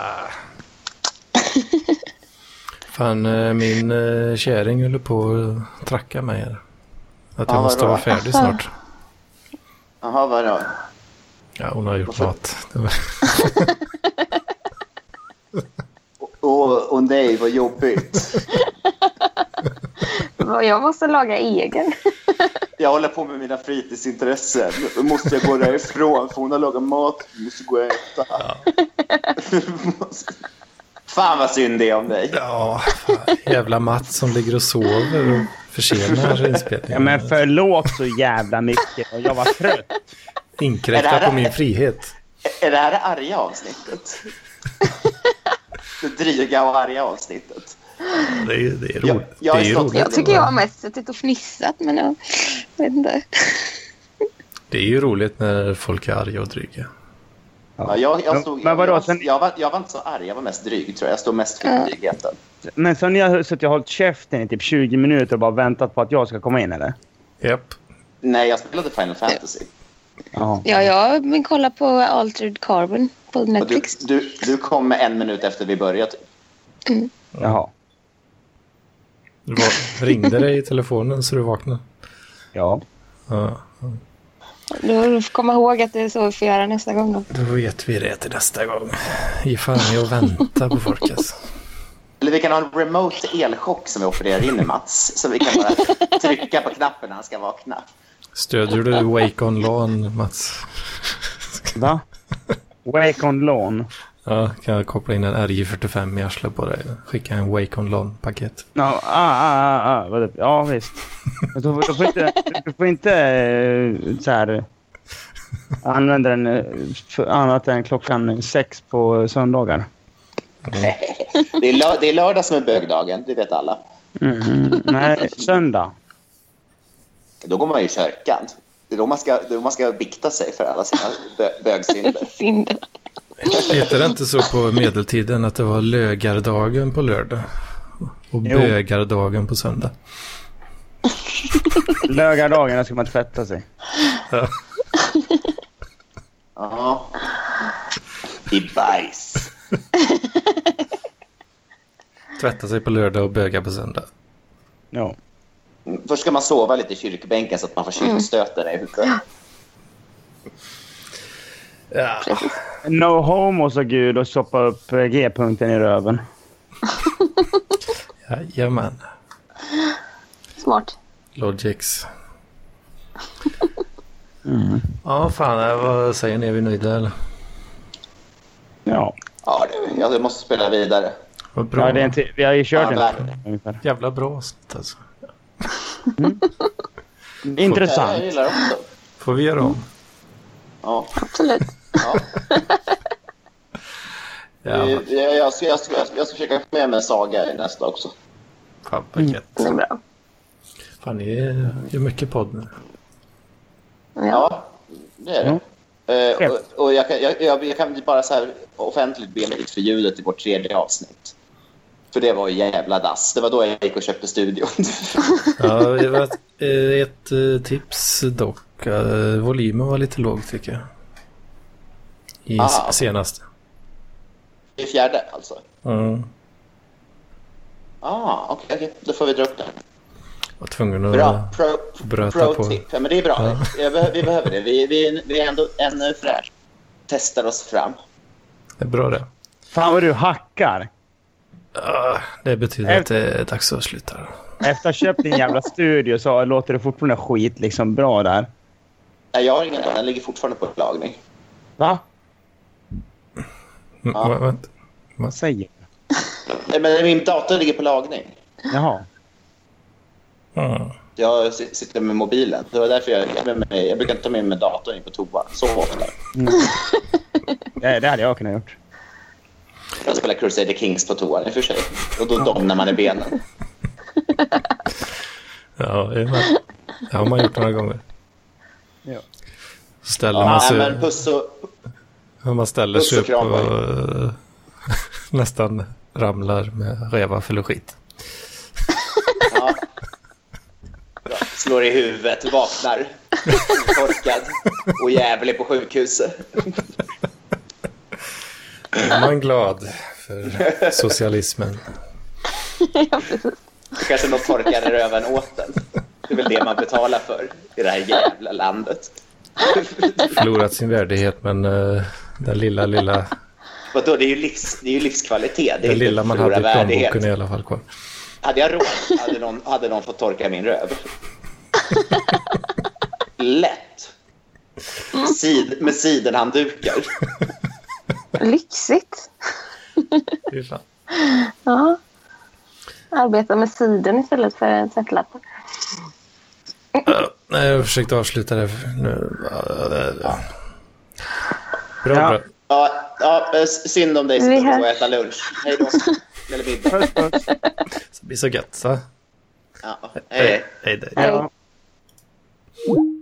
Fan, eh, min eh, käring håller på att tracka mig här. Att jag
Ja,
måste
vadå?
vara färdig snart.
Jaha, vadå?
Ja, hon har gjort
Varför?
mat. Det var...
Åh, åh nej, vad jobbigt.
Jag måste laga egen.
Jag håller på med mina fritidsintressen. Då måste jag gå därifrån för hon har lagat mat. Jag måste gå och äta.
Ja.
Fan vad synd det är om dig.
Ja, fan, jävla Mats som ligger och sover och försenar inspelningen.
Ja, men förlåt så jävla mycket. Och jag var trött.
inkräktar på min frihet.
Är det här det arga avsnittet? Det dryga och arga avsnittet.
Det är, det är roligt.
Jag, jag,
det är roligt.
Jag tycker jag har mest suttit och fnissat, men jag vet inte.
Det är ju roligt när folk är arga och dryga.
Ja, jag, jag, stod,
men vadå,
jag,
sen...
jag, var, jag var inte så arg, jag var mest dryg tror jag. Jag stod mest för
Ja.
drygheten.
Men så ni har suttit och hållit käften i typ tjugo minuter och bara väntat på att jag ska komma in, eller?
Japp.
Nej, jag spelade Final Fantasy.
Jaha.
Ja, jag vill kolla på Altered Carbon på
Och du,
Netflix.
du, du kom med en minut efter vi började.
Mm.
Jaha.
Du var, ringde dig i telefonen så du vaknade.
Ja.
Ja.
Du får komma ihåg att det är så vi får göra nästa gång då.
Då vet vi det till nästa gång. Ge fan i att vänta på folk alltså.
Eller vi kan ha en remote elchock som vi opererar in i Mats. Så vi kan bara trycka på knappen när han ska vakna.
Stödjer du Wake on Lawn, Mats?
Va? Wake on lawn.
Ja, kan jag koppla in en R J fyrtiofem i arslet på dig. Skicka en Wake on Lawn-paket.
No, ah, ah, ah, ah. Ja, visst. Du, du får inte, du får inte eh, så här, använda den eh, för annat än klockan sex på söndagar.
Det, är lör, det är lördag som är bögdagen, det vet alla.
Mm, nej, söndag.
Då går man ju i kyrkan. Det är då man ska, det är då man ska bikta sig för alla sina bö, bögsynder.
Synd.
Heter det inte så på medeltiden att det var lögardagen på lördag och
Jo.
bögardagen på söndag?
Lögardagen, där ska man tvätta sig.
Ja.
Ja. I bajs.
Tvätta sig på lördag och böga på söndag.
Ja.
Först ska man sova lite i kyrkbänken så att man får kyrkstöten i huvudet.
Ja.
No homo, så Gud, och stoppa upp eh, G-punkten i röven.
Jajamän.
Smart.
Logix.
Mm.
Ja, fan, vad säger ni? Är vi nöjda eller?
Ja.
Ja, det, jag måste spela vidare.
Vad bra.
Ja, det är inte, vi har ju kört
Ja,
en
där.
ungefär.
Jävla bra avsnitt alltså.
Intressant.
Jag gillar också.
Får vi göra om?
Ja.
Absolut.
Ja.
Ja,
Jag, jag, ska, jag, ska, jag ska försöka få med mig en saga i nästa också.
fan vad gött.
Det är bra.
Fan, ni gör mycket podd nu.
Ja.
Ja, det är det.
Mm.
Uh, och, och jag, kan, jag, jag, jag kan bara så här offentligt be mig för ljudet i vårt tredje avsnitt. För det var ju jävla dass. Det var då jag gick och köpte studion.
Ja, det var ett, ett eh, tips dock. Eh, Volymen var lite låg tycker jag. I
Ah.
s- senaste.
I fjärde alltså.
Mm.
Ah, okej. Okay, då får vi dra upp den.
Var tvungen att
Bra. Pro,
bröta
pro
på.
tip. Ja, men det är bra.
Ja.
Jag be- vi behöver det. Vi, vi, vi är ändå ännu fräsch. Testar oss fram.
Det är bra det.
Fan vad du hackar.
Ah, det betyder att det är dags att sluta.
Efter att ha köpt din jävla studio så låter det fortfarande skit liksom bra där.
Nej, jag har ingen. Den ligger fortfarande på lagning.
Va?
Mm,
Ja.
va- vänta.
Vad säger du?
Nej, men min dator ligger på lagning.
Jaha.
Mm.
Jag s- sitter med mobilen. Det var därför jag, jag, med mig, jag brukar inte ta med mig datorn in på toa. Så ofta.
Det, det hade jag kunnat gjort.
Jag spelar Crusader Kings på toan i och för sig. Och då domnar man i benen.
Ja, det är man. Det har man gjort några gånger.
Ja.
Ställer
Ja,
man sig,
men puss och...
man ställer
puss
sig
och
upp
kram,
och eh, nästan ramlar med reva för skit.
Ja. Bra. Slår i huvudet, vaknar. Torkad och jävlig på sjukhuset.
Är man glad för socialismen?
Ja, precis.
Kanske något torkar i röven åt den. Det är väl det man betalar för i det här jävla landet.
Förlorat sin värdighet, men uh, den lilla, lilla,
Vadå, det är ju, livs, det är ju livskvalitet. Det är
den lilla
inte
man
förlora
hade i
värdighet.
plånboken i alla fall kvar.
Hade jag råd hade någon, hade någon fått torka min röv. Lätt. Sid, med sidenhanddukar.
Lyxigt.
Fy fan.
Ja. Arbeta med siden istället för tvättlappar.
Nej, jag försökte avsluta det nu. Bra,
Ja.
bra.
Ja, ja, synd om dig som
Vi
behöver
hörs.
gå och äta lunch. Hej då. Eller middag.
Puss, puss.
Det blir så gött, så.
Ja, hej.
Hej, hej.
Hej.
Ja.